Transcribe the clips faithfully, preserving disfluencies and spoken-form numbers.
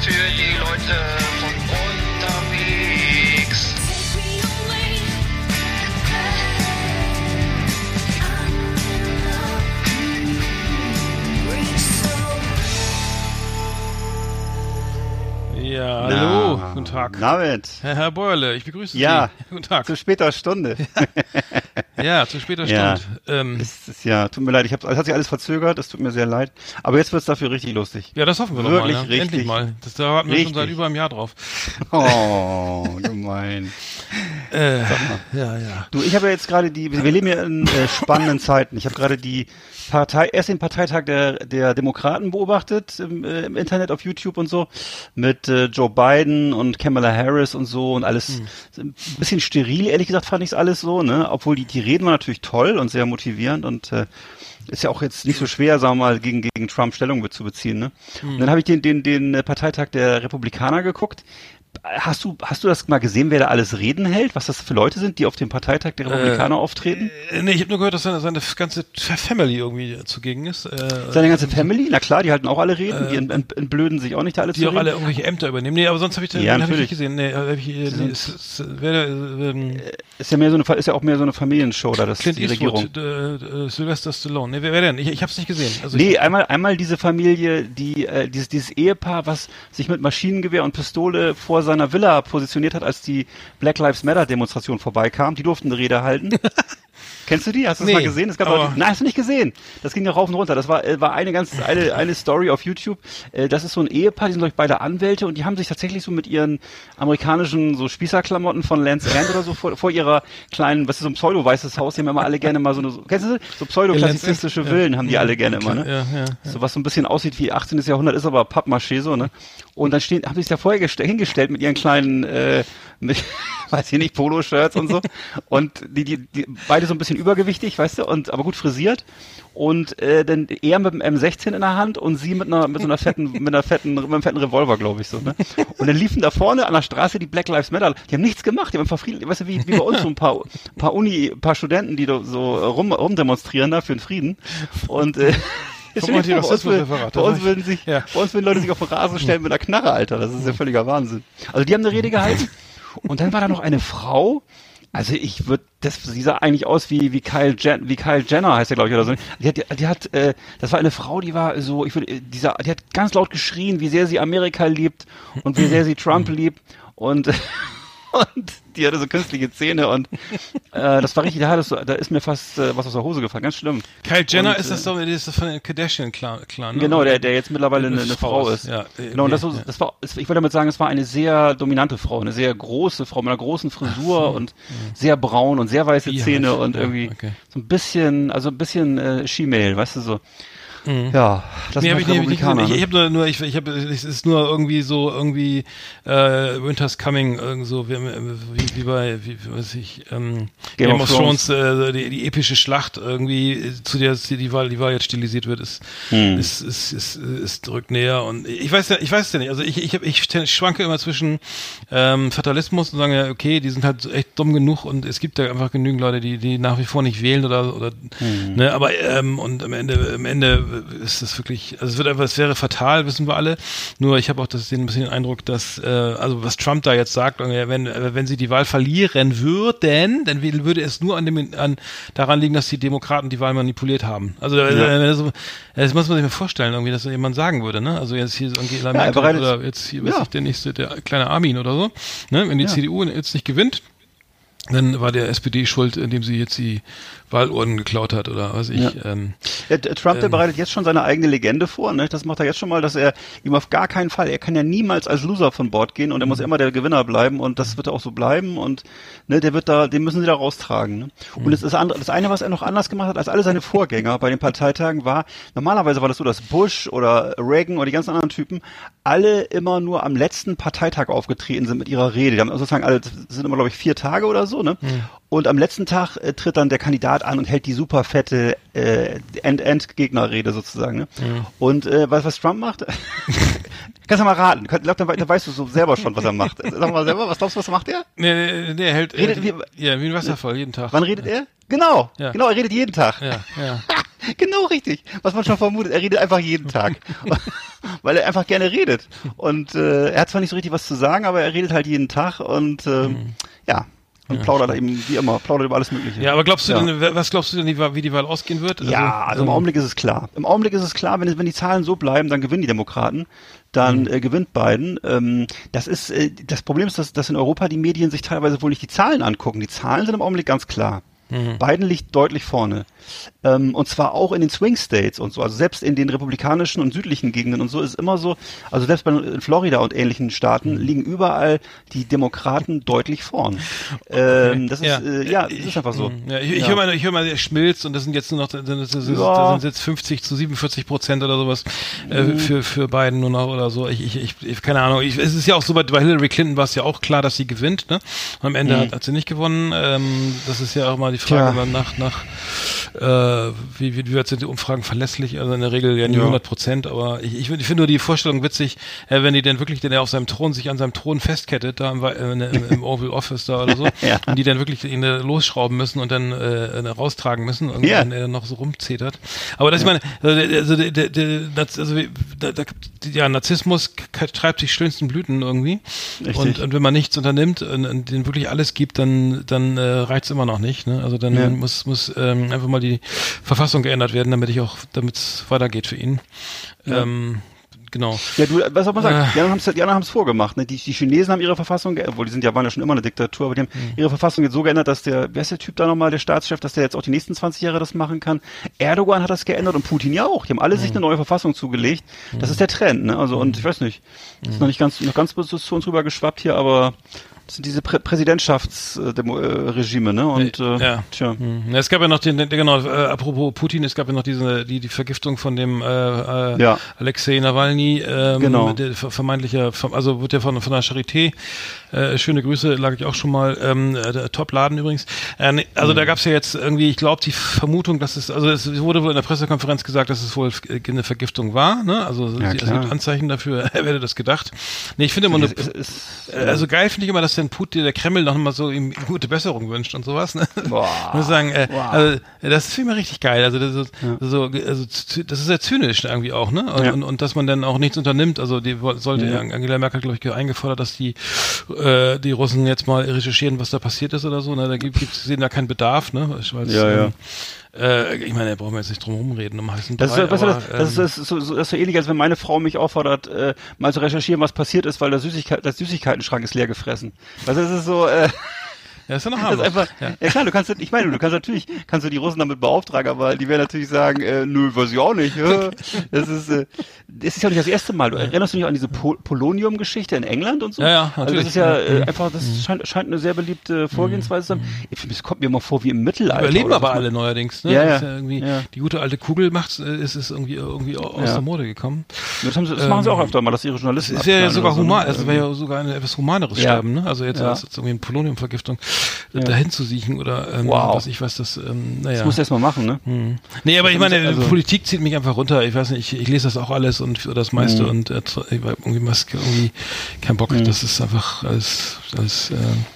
für die Leute von unterwegs. Ja, hallo, Na, guten Tag. David. Herr, Herr Bäuerle, ich begrüße Ja, Sie. Guten Tag. zu später Stunde. Ja, zu später Ja. Stunde. Ähm, Es ist ja, tut mir leid, ich hab, es hat sich alles verzögert, es tut mir sehr leid. Aber jetzt wird's dafür richtig lustig. ja, das hoffen wir Wirklich doch mal. Ja. richtig. Endlich mal. Das, da warten wir schon Richtig. seit über einem Jahr drauf. Oh, gemein. Äh, ja, ja. Du, ich habe ja jetzt gerade die, wir leben ja in äh, spannenden Zeiten. Ich habe gerade die Partei, erst den Parteitag der, der Demokraten beobachtet im, äh, im Internet, auf YouTube und so, mit äh, Joe Biden und Kamala Harris und so und alles ein bisschen steril, ehrlich gesagt fand ich es alles so, ne? Obwohl die, die Reden waren natürlich toll und sehr motivierend und äh, ist ja auch jetzt nicht so schwer, sagen wir mal, gegen, gegen Trump Stellung zu beziehen, ne? Und dann habe ich den, den, den äh, Parteitag der Republikaner geguckt. Hast du, hast du das mal gesehen, wer da alles Reden hält? Was das für Leute sind, die auf dem Parteitag der Republikaner Äh, auftreten? Äh, nee, ich habe nur gehört, dass seine, seine ganze Family irgendwie zugegen ist. Äh, Seine ganze Family? Na klar, die halten auch alle Reden. die ent- entblöden sich auch nicht da alle die zu auch reden. alle irgendwelche Ämter übernehmen. Nee, aber sonst habe ich, Ja, den hab ich natürlich. nicht gesehen. Nee, hab ich, äh, nee, ist, ist, wer, äh, ähm, Ist ja mehr so eine, ist ja auch mehr so eine Familienshow da, das Clint die Regierung. Eastwood, äh, äh, Sylvester Stallone. Nee, wer, wer denn? Ich, ich habe es nicht gesehen. Also Nee, ich, einmal, einmal diese Familie, die, äh, dieses, dieses Ehepaar, was sich mit Maschinengewehr und Pistole vor seiner Villa positioniert hat, als die Black Lives Matter Demonstration vorbeikam. Die durften eine Rede halten. Kennst du die? Hast du das Nee, mal gesehen? Es gab aber- auch die, nein, hast du nicht gesehen. Das ging ja rauf und runter. Das war, äh, war eine ganz, eine, eine Story auf YouTube. Äh, das ist so ein Ehepaar, die sind, glaube ich, beide Anwälte und die haben sich tatsächlich so mit ihren amerikanischen so Spießerklamotten von Lance End oder so vor, vor ihrer kleinen, was ist so ein pseudo-weißes Haus, die haben immer alle gerne mal so eine, so, kennst du das? So pseudo-klassizistische Ja. Villen haben die alle gerne immer, ne? ja, ja, ja. So was so ein bisschen aussieht wie achtzehnten. Jahrhundert, ist aber Pappmaché so, ne? Und dann stehen, haben sie sich da vorher geste- hingestellt mit ihren kleinen, äh, mit, weiß ich nicht, Poloshirts und so. Und die, die, die, beide so ein bisschen übergewichtig, weißt du, und aber gut frisiert. Und äh, dann er mit dem M sechzehn in der Hand und sie mit einer mit so einer fetten mit einer fetten mit einem fetten Revolver, glaube ich so, ne? Und dann liefen da vorne an der Straße die Black Lives Matter. Die haben nichts gemacht, die haben einfach friedlich, weißt du, wie, wie bei uns so ein paar paar Uni, paar Studenten, die da so rum rumdemonstrieren da für den Frieden. Und äh, Guck mal, die bei uns, will, Rassismusreferat, bei das uns hab würden sich, Ja. bei uns würden Leute sich auf den Rasen stellen mit einer Knarre, Alter. Das ist ja völliger Wahnsinn. Also die haben eine Rede gehalten. Und dann war da noch eine Frau. Also ich würde, das, sie sah eigentlich aus wie wie Kyle Jen, wie Kyle Jenner heißt der, glaube ich, oder so. Die hat, die, die hat, äh, das war eine Frau, die war so, ich würde, dieser, die hat ganz laut geschrien, wie sehr sie Amerika liebt und wie sehr sie Trump liebt und und die hatte so künstliche Zähne und äh, das war richtig, da, das, da ist mir fast äh, was aus der Hose gefallen, ganz schlimm. Kyle Jenner Und, ist das doch, das ist das von den Kardashian-Clan, ne? Genau, der, der jetzt mittlerweile eine, Eine eine Frau Frau ist, ist. ja. Genau, und das, Ja. so- das war, ich wollte damit sagen, es war eine sehr dominante Frau, eine sehr große Frau mit einer großen Frisur und sehr braun und sehr weiße Ja, Zähne ja, und irgendwie okay. so ein bisschen, also ein bisschen äh, She-Mail, weißt du so. Ja, das Nee, sind hab ich, halt nee, hab ich nicht gesehen. Republikaner. Ich, ich ne? habe nur, nur, ich, ich habe, es ist nur irgendwie so, irgendwie äh, Winter's Coming, irgend so wie, wie, wie bei, wie, wie weiß ich, ähm, Game, Game of of Thrones, äh, die, die epische Schlacht irgendwie, zu der die, die Wahl, die Wahl jetzt stilisiert wird, ist, Hm. ist, ist, ist, ist drückt näher und ich weiß ja, ich weiß ja nicht. Also ich, ich, hab, ich schwanke immer zwischen ähm, Fatalismus und sagen ja, okay, die sind halt echt dumm genug und es gibt ja einfach genügend Leute, die, die nach wie vor nicht wählen oder, oder, ne, aber ähm, und am Ende, am Ende ist es wirklich, also es wird einfach, es wäre fatal, wissen wir alle. Nur ich habe auch das, den ein bisschen den Eindruck, dass, äh, also was Trump da jetzt sagt, wenn, wenn sie die Wahl verlieren würden, dann würde es nur an dem, an, daran liegen, dass die Demokraten die Wahl manipuliert haben. Also, Ja. also das muss man sich mal vorstellen, irgendwie, dass jemand sagen würde, ne? Also jetzt hier so Angela Ja, er Merkel bereitet- oder jetzt hier, weiß Ja. ich, der nächste, der kleine Armin oder so, ne? Wenn die Ja. C D U jetzt nicht gewinnt, dann war der S P D schuld, indem sie jetzt die Wahlurnen geklaut hat oder was ich. Ja. Ähm, Ja, der Trump, der bereitet jetzt schon seine eigene Legende vor, ne? Das macht er jetzt schon mal, dass er ihm auf gar keinen Fall, er kann ja niemals als Loser von Bord gehen und er muss immer der Gewinner bleiben und das wird auch so bleiben und ne, der wird da, den müssen sie da raustragen. Ne? Und das, ist andere, das eine, was er noch anders gemacht hat als alle seine Vorgänger bei den Parteitagen war, normalerweise war das so, dass Bush oder Reagan oder die ganzen anderen Typen alle immer nur am letzten Parteitag aufgetreten sind mit ihrer Rede. Die haben sozusagen alle, das sind immer, glaube ich, vier Tage oder so, ne? Und am letzten Tag äh, tritt dann der Kandidat an und hält die super fette äh, End-End-Gegnerrede sozusagen. Ne? Mhm. Und äh, was, was Trump macht? Kannst du mal raten. Kann, glaub, dann, dann weißt du so selber schon, was er macht. Sag mal selber, was glaubst du, was macht er? nee, nee, nee, er hält, Redet äh, wie- ja, wie ein Wasserfall jeden Tag. Wann redet er? Genau, Ja. genau, er redet jeden Tag. Ja, ja. Genau richtig, was man schon vermutet. Er redet einfach jeden Tag, weil er einfach gerne redet. Und äh, er hat zwar nicht so richtig was zu sagen, aber er redet halt jeden Tag und äh, mhm. ja. Und ja, plaudert stimmt. eben, wie immer, plaudert über alles Mögliche. Ja, aber glaubst du ja. denn, was glaubst du denn, wie die Wahl ausgehen wird? Also, ja, also im ähm, Augenblick ist es klar. Im Augenblick ist es klar, wenn, wenn die Zahlen so bleiben, dann gewinnen die Demokraten, dann mhm. äh, gewinnt Biden. Ähm, das ist, äh, das Problem ist, dass, dass in Europa die Medien sich teilweise wohl nicht die Zahlen angucken. Die Zahlen sind im Augenblick ganz klar. Mhm. Biden liegt deutlich vorne. Ähm, und zwar auch in den Swing States und so. Also selbst in den republikanischen und südlichen Gegenden und so ist immer so, also selbst bei in Florida und ähnlichen Staaten mhm. liegen überall die Demokraten deutlich vorn. Okay. Ähm, das ist, ja, äh, ja, das ist einfach so. Ja, ich ich ja. höre mal, ich höre mal, der schmilzt und das sind jetzt nur noch, das, das, das, ja. das sind jetzt fünfzig zu siebenundvierzig Prozent oder sowas äh, mhm. für, für Biden nur noch oder so. Ich, ich, ich keine Ahnung. Ich, es ist ja auch so, bei, bei Hillary Clinton war es ja auch klar, dass sie gewinnt, ne? Und am Ende mhm. hat, hat sie nicht gewonnen. Ähm, das ist ja auch mal die Frage ja. nach, nach, äh, wie, wie, wie sind die Umfragen verlässlich? Also in der Regel ja nicht hundert Prozent, aber ich, ich, ich finde nur die Vorstellung witzig, äh, wenn die denn wirklich, denn er auf seinem Thron, sich an seinem Thron festkettet, da im, äh, im, im Oval Office da oder so, ja. und die dann wirklich ihn äh, losschrauben müssen und dann äh, raustragen müssen, und ja. wenn er dann noch so rumzetert. Aber das, ja. ich meine, also, der, der, der, also da, da, ja, Narzissmus treibt sich schönsten Blüten irgendwie. Und, und wenn man nichts unternimmt und, und denen wirklich alles gibt, dann, dann äh, reicht's immer noch nicht. Ne? Also dann ja. muss, muss ähm, einfach mal die Verfassung geändert werden, damit ich auch, damit es weitergeht für ihn. Ja. Ähm, Genau. Ja, du, was soll man sagen? Äh. Die anderen haben es die anderen haben's vorgemacht. Ne? Die, die Chinesen haben ihre Verfassung geändert, obwohl die sind ja, waren ja schon immer eine Diktatur, aber die haben mhm. ihre Verfassung jetzt so geändert, dass der, wer ist der Typ da nochmal, der Staatschef, dass der jetzt auch die nächsten zwanzig Jahre das machen kann. Erdogan hat das geändert und Putin ja auch. Die haben alle mhm. sich eine neue Verfassung zugelegt. Mhm. Das ist der Trend, ne? Also, und ich weiß nicht, das ist noch nicht ganz, noch ganz bis zu uns rüber geschwappt hier, aber das sind diese Prä- Präsidentschaftsregime, ne? Und äh, ja. tja. Hm. Es gab ja noch den, den genau, äh, apropos Putin, es gab ja noch diese die die Vergiftung von dem äh, äh, ja. Alexei Nawalny, ähm, genau. der vermeintlicher, also wird der von von der Charité, äh, schöne Grüße, lag ich auch schon mal, ähm, der Top-Laden übrigens. Äh, ne, also mhm. da gab's ja jetzt irgendwie, ich glaube, die Vermutung, dass es, also es wurde wohl in der Pressekonferenz gesagt, dass es wohl eine Vergiftung war, ne? Also ja, es gibt Anzeichen dafür, wer hätte das gedacht? Nee, ich finde immer nur, es, es, äh, also geil finde ich immer, dass denn Putin, der Kreml, noch mal so ihm gute Besserung wünscht und sowas. Ne? Boah. Ich muss sagen, äh, also, das ist immer richtig geil. Also das ist, ja. so, also das ist sehr zynisch irgendwie auch, ne? Und, ja. und, und dass man dann auch nichts unternimmt. Also die sollte ja. Angela Merkel, glaube ich, eingefordert, dass die äh, die Russen jetzt mal recherchieren, was da passiert ist oder so. Ne? Da gibt es sehen da keinen Bedarf, ne? Ich weiß, ja, ja. Ähm, Äh, ich meine, da brauchen wir jetzt nicht drum rumreden um heißen das, Brei, ist, aber, das, das, ist, das, ist so, das ist so ähnlich, als wenn meine Frau mich auffordert, äh, mal zu recherchieren, was passiert ist, weil der, Süßigkeit, der Süßigkeitenschrank ist leer gefressen. Also es ist so, äh, ja, ist ja noch harmlos. Einfach, ja. ja klar, du kannst, ich meine, du kannst natürlich, kannst du die Russen damit beauftragen, aber die werden natürlich sagen, äh, nö, weiß ich auch nicht. Ja. Das ist, äh, das ist ja nicht das erste Mal. Du erinnerst du dich an diese Pol- Polonium-Geschichte in England und so? Ja, ja, natürlich. Also das ist ja äh, einfach, das mhm. scheint, scheint eine sehr beliebte Vorgehensweise zu sein. Es kommt mir immer vor wie im Mittelalter. Überleben aber alle neuerdings, ne? Ja, ja. ja. Ist ja irgendwie, ja. Die gute alte Kugel macht, ist es irgendwie, irgendwie aus ja. der Mode gekommen. Das, haben sie, das ähm, machen sie auch öfter mal, dass ihre Journalisten. Das ist ja sogar human, also wäre ja sogar ein etwas humaneres ja. Sterben, ne? Also jetzt, ja. als jetzt irgendwie eine Poloniumvergiftung ja. dahin zu siechen oder ähm, wow. was ich weiß, das, ähm, naja. Das musst du erst mal machen, ne? Hm. Nee, aber ich meine, also, Politik zieht mich einfach runter. Ich weiß nicht, ich, ich lese das auch alles und das meiste mhm. und äh, ich war irgendwie, irgendwie kein Bock. Mhm. Das ist einfach alles, alles äh,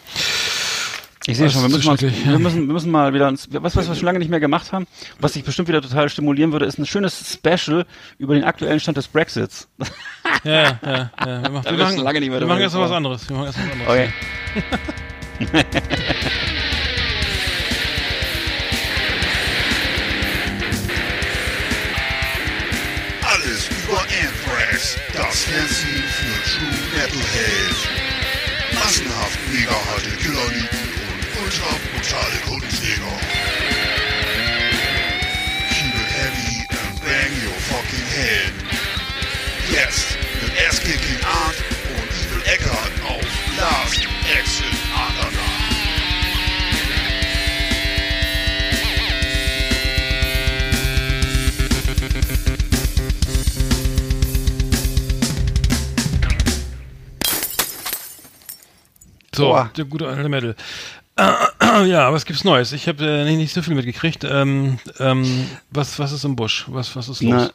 ich sehe schon, wir müssen, mal, wir, müssen, wir müssen mal wieder, uns, was, was wir schon lange nicht mehr gemacht haben, was sich bestimmt wieder total stimulieren würde, ist ein schönes Special über den aktuellen Stand des Brexits. Ja, ja, ja. ja. Wir machen, wir machen, lange nicht mehr wir machen jetzt noch was anderes. Wir machen jetzt noch was anderes. Okay. Alles über Anthrax, das Fernsehen für True Metalhead. Massenhaft mega harte Killerlieben und ultra brutale Kundenträger. Keep it heavy and bang your fucking head. Jetzt mit Ass-Kicking Art und Evil Eckart auf Last Exit Underground. So, Boah. Der gute alte Metal. Äh, ja, was gibt's Neues? Ich habe äh, nicht, nicht so viel mitgekriegt. Ähm, ähm, was, was ist im Busch? Was, was ist los?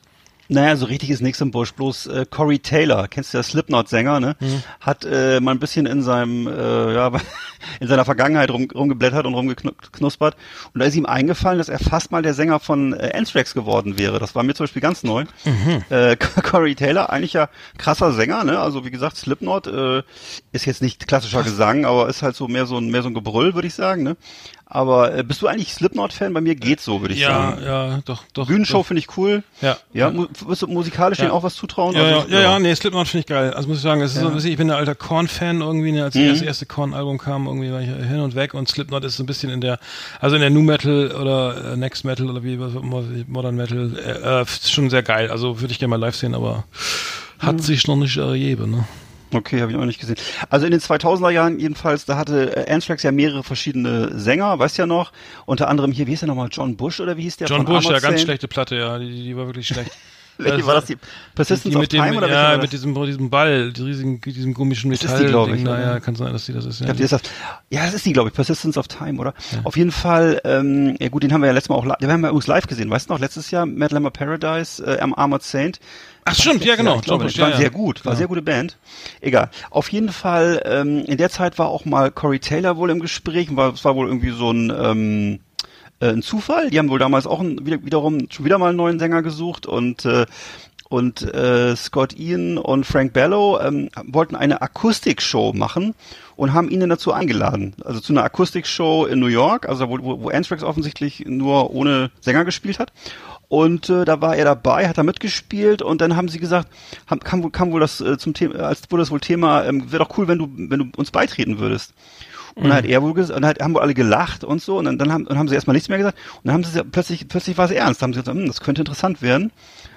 Naja, so richtig ist nichts im Busch, bloß äh, Corey Taylor, kennst du ja, Slipknot-Sänger, ne? Mhm. Hat äh, mal ein bisschen in seinem, äh, ja, in seiner Vergangenheit rum, rumgeblättert und rumgeknuspert. Und da ist ihm eingefallen, dass er fast mal der Sänger von äh, Anthrax geworden wäre. Das war mir zum Beispiel ganz neu. Mhm. Äh, Corey Taylor, eigentlich ja krasser Sänger, ne? Also wie gesagt, Slipknot äh, ist jetzt nicht klassischer Gesang, aber ist halt so mehr so ein mehr so ein Gebrüll, würde ich sagen, ne? Aber äh, bist du eigentlich Slipknot-Fan? Bei mir geht's so, würde ich ja, sagen. Ja, ja, doch, doch. Bühnenshow doch. finde ich cool. Ja. Ja, mu- wirst du musikalisch ja. denen auch was zutrauen? Ja, also, ja, ja, ja, nee, Slipknot finde ich geil. Also muss ich sagen, es ist ja. so ein bisschen, ich bin ein alter Korn-Fan irgendwie, ne, als mhm. das erste Korn-Album kam, irgendwie war ich hin und weg und Slipknot ist so ein bisschen in der, also in der New Metal oder äh, Next Metal oder wie, was auch immer, Modern Metal, äh, äh, schon sehr geil. Also würde ich gerne mal live sehen, aber hat mhm. sich noch nicht ergeben, ne? Okay, habe ich auch nicht gesehen. Also in den zweitausender Jahren jedenfalls, da hatte Anthrax ja mehrere verschiedene Sänger, weißt ja noch, unter anderem hier, wie hieß der nochmal, John Bush oder wie hieß der? John von Bush, ja, Armored ganz Saint? schlechte Platte, ja, die, die war wirklich schlecht. Welche war das? Die Persistence die of mit dem, Time oder welche ja, war das? mit diesem, diesem Ball, diesem, diesem komischen Das Metall. ist die, glaube ich, Ding, oder? naja, kann sein, dass die das ist. Ja, Ich glaub, die ist das. Ja, das ist die, glaube ich, Persistence of Time, oder? Ja. Auf jeden Fall, ähm, ja gut, den haben wir ja letztes Mal auch, li- den haben wir übrigens live gesehen, weißt du noch, letztes Jahr, Mad Lamar Paradise, äh, am Armored Saint. Ach stimmt, ja genau. Ich glaube, Bush, war ja, sehr ja. gut, war ja. sehr gute Band. Egal. Auf jeden Fall, ähm, in der Zeit war auch mal Corey Taylor wohl im Gespräch, war, es war wohl irgendwie so ein, ähm, äh, ein Zufall. Die haben wohl damals auch ein, wieder, wiederum schon wieder mal einen neuen Sänger gesucht und äh, und äh, Scott Ian und Frank Bellow ähm, wollten eine Akustikshow machen und haben ihn dazu eingeladen. Also zu einer Akustikshow in New York, also wo, wo, wo Anthrax offensichtlich nur ohne Sänger gespielt hat. Und äh, da war er dabei, hat da mitgespielt und dann haben sie gesagt, haben, kam, wohl- kam wohl das äh, zum Thema, als wurde das wohl Thema, ähm, wäre doch cool, wenn du wenn du uns beitreten würdest. Und dann hat er wohl gesagt, und dann hat, haben wohl alle gelacht und so und dann, dann haben, dann haben sie erstmal nichts mehr gesagt und dann haben sie plötzlich plötzlich war es ernst, haben sie gesagt, hm, das könnte interessant werden.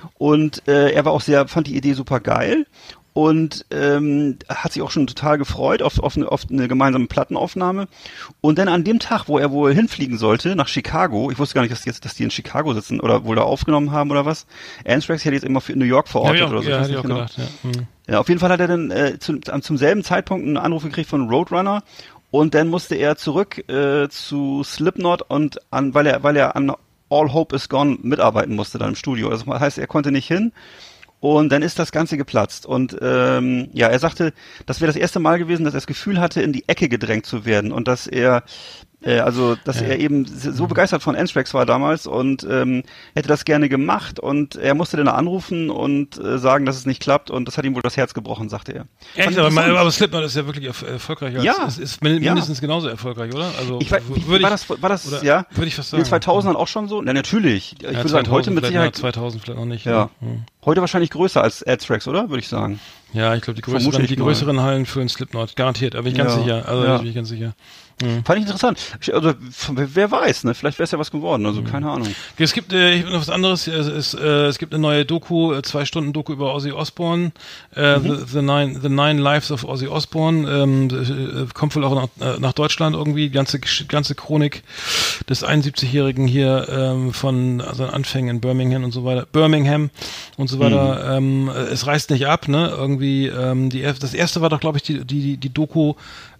Und äh, er war auch sehr, fand die Idee super geil und ähm, hat sich auch schon total gefreut auf, auf, eine, auf eine gemeinsame Plattenaufnahme. Und dann an dem Tag, wo er wohl hinfliegen sollte, nach Chicago, ich wusste gar nicht, dass die, jetzt, dass die in Chicago sitzen oder wohl da aufgenommen haben oder was. Anthrax hätte jetzt immer für New York verortet Ja, hab ich oder auch, so. ja, weiß hätte ich nicht auch genau. gedacht, ja. Mhm. Ja, auf jeden Fall hat er dann äh, zu, zum selben Zeitpunkt einen Anruf gekriegt von Roadrunner und dann musste er zurück äh, zu Slipknot und an, weil er, weil er an All Hope Is Gone mitarbeiten musste dann im Studio. Das heißt, er konnte nicht hin. Und dann ist das Ganze geplatzt. Und ähm, ja, er sagte, das wäre das erste Mal gewesen, dass er das Gefühl hatte, in die Ecke gedrängt zu werden. Und dass er, äh, also, dass Ja. er eben so begeistert von Anthrax war damals und ähm, hätte das gerne gemacht. Und er musste dann anrufen und äh, sagen, dass es nicht klappt. Und das hat ihm wohl das Herz gebrochen, sagte er. Fand Echt, ich aber, interessant. aber Slipknot ist ja wirklich erf- erfolgreich. Als, Ja. Es ist min- Ja. mindestens genauso erfolgreich, oder? Also Ich weiß, w- wie, würde war ich, das, war das, oder ja? Würde ich fast In den sagen. zweitausendern auch schon so? Na, natürlich. Ich Ja, würde sagen, heute mit vielleicht Sicherheit, noch zweitausend vielleicht noch nicht. ja. Ne? Hm. Heute wahrscheinlich größer als Anthrax, oder? Würde ich sagen. Ja, ich glaube, die Vermute größeren, ich die mal. größeren Hallen für einen Slipknot, garantiert, aber bin ich ganz Ja. sicher. Also Ja. ich bin ganz sicher. Fand ich interessant. Also, wer weiß, ne? Vielleicht wäre es ja was geworden, also keine Ahnung. Es gibt äh, ich hab noch was anderes. Es, ist, äh, es gibt eine neue Doku, äh, zwei Stunden Doku über Ozzy Osbourne, äh, the, the Nine The Nine Lives of Ozzy Osbourne. Ähm, äh, kommt wohl auch nach, äh, nach Deutschland irgendwie. Die ganze Gesch- ganze Chronik des einundsiebzigjährigen hier ähm, von seinen Anfängen in Birmingham und so weiter. Birmingham und so weiter. Ähm, äh, es reißt nicht ab, ne? Irgendwie. Ähm, die das erste war doch, glaube ich, die die die Doku.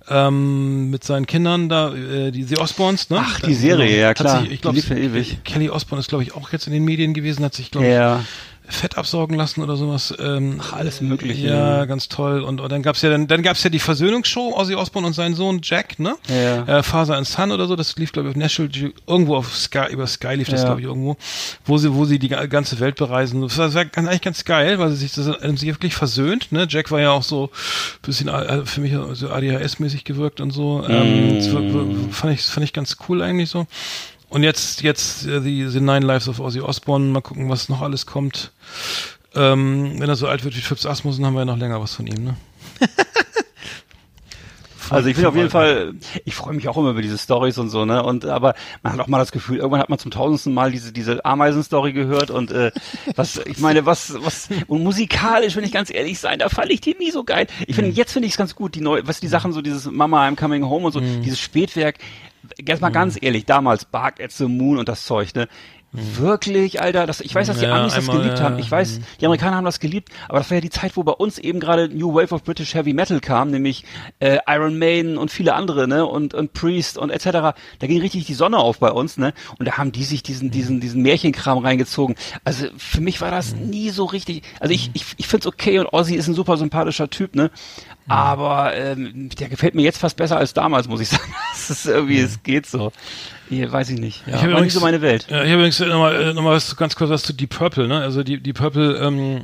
Ähm, mit seinen Kindern da, äh, die The Osbournes, ne? Ach, die Serie, ja, Hat klar. Sich, ich glaube, Die lief ja ewig. Kelly Osbourne ist, glaube ich, auch jetzt in den Medien gewesen, hat sich, glaube Ja. ich, Fett absaugen lassen oder sowas. Ähm, Ach, alles Mögliche, Ja, ja. ganz toll. Und, und dann gab's ja dann, dann gab's ja die Versöhnungsshow, Ozzy Osbourne und sein Sohn Jack, ne? Ja. Äh, Father and Son oder so. Das lief, glaube ich, auf National Ge- irgendwo auf Sky, über Sky lief das, Ja. glaube ich, irgendwo, wo sie, wo sie die ga- ganze Welt bereisen. Das war, das war ganz, eigentlich ganz geil, weil sie sich das ähm, sich wirklich versöhnt, ne? Jack war ja auch so ein bisschen äh, für mich so A D H S-mäßig gewirkt und so. Ähm, das war, war, fand ich, fand ich ganz cool eigentlich so. Und jetzt, jetzt äh, die The Nine Lives of Ozzy Osbourne. Mal gucken, was noch alles kommt. Ähm, wenn er so alt wird wie Phipps Asmussen, haben wir ja noch länger was von ihm, ne? Also ich bin auf jeden Fall, ich freue mich auch immer über diese Storys und so, ne? Und aber man hat auch mal das Gefühl, irgendwann hat man zum tausendsten Mal diese diese Ameisen-Story gehört und äh, was, ich meine, was was und musikalisch, wenn ich ganz ehrlich sein, da fand ich die nie so geil. Ich finde, jetzt finde ich es ganz gut, die neue, was die Sachen so, dieses Mama I'm Coming Home und so, dieses Spätwerk. Jetzt mal ganz ehrlich, damals Bark at the Moon und das Zeug, ne? Wirklich, Alter, das, ich weiß, dass die Ja, Amis das einmal, geliebt ja. haben. Ich weiß, die Amerikaner haben das geliebt, aber das war ja die Zeit, wo bei uns eben gerade New Wave of British Heavy Metal kam, nämlich äh, Iron Maiden und viele andere, ne, und und Priest und et cetera. Da ging richtig die Sonne auf bei uns, ne, und da haben die sich diesen diesen diesen Märchenkram reingezogen. Also für mich war das nie so richtig. Also ich ich ich find's okay und Ozzy ist ein super sympathischer Typ, ne. Aber ähm, der gefällt mir jetzt fast besser als damals, muss ich sagen. Das ist irgendwie, es geht so. Hier, weiß ich nicht. Ja, Ich habe war nicht übrigens, so meine Welt. Ja, ich habe übrigens nochmal noch mal was ganz kurz was zu Deep Purple, ne? Also die die Purple ähm,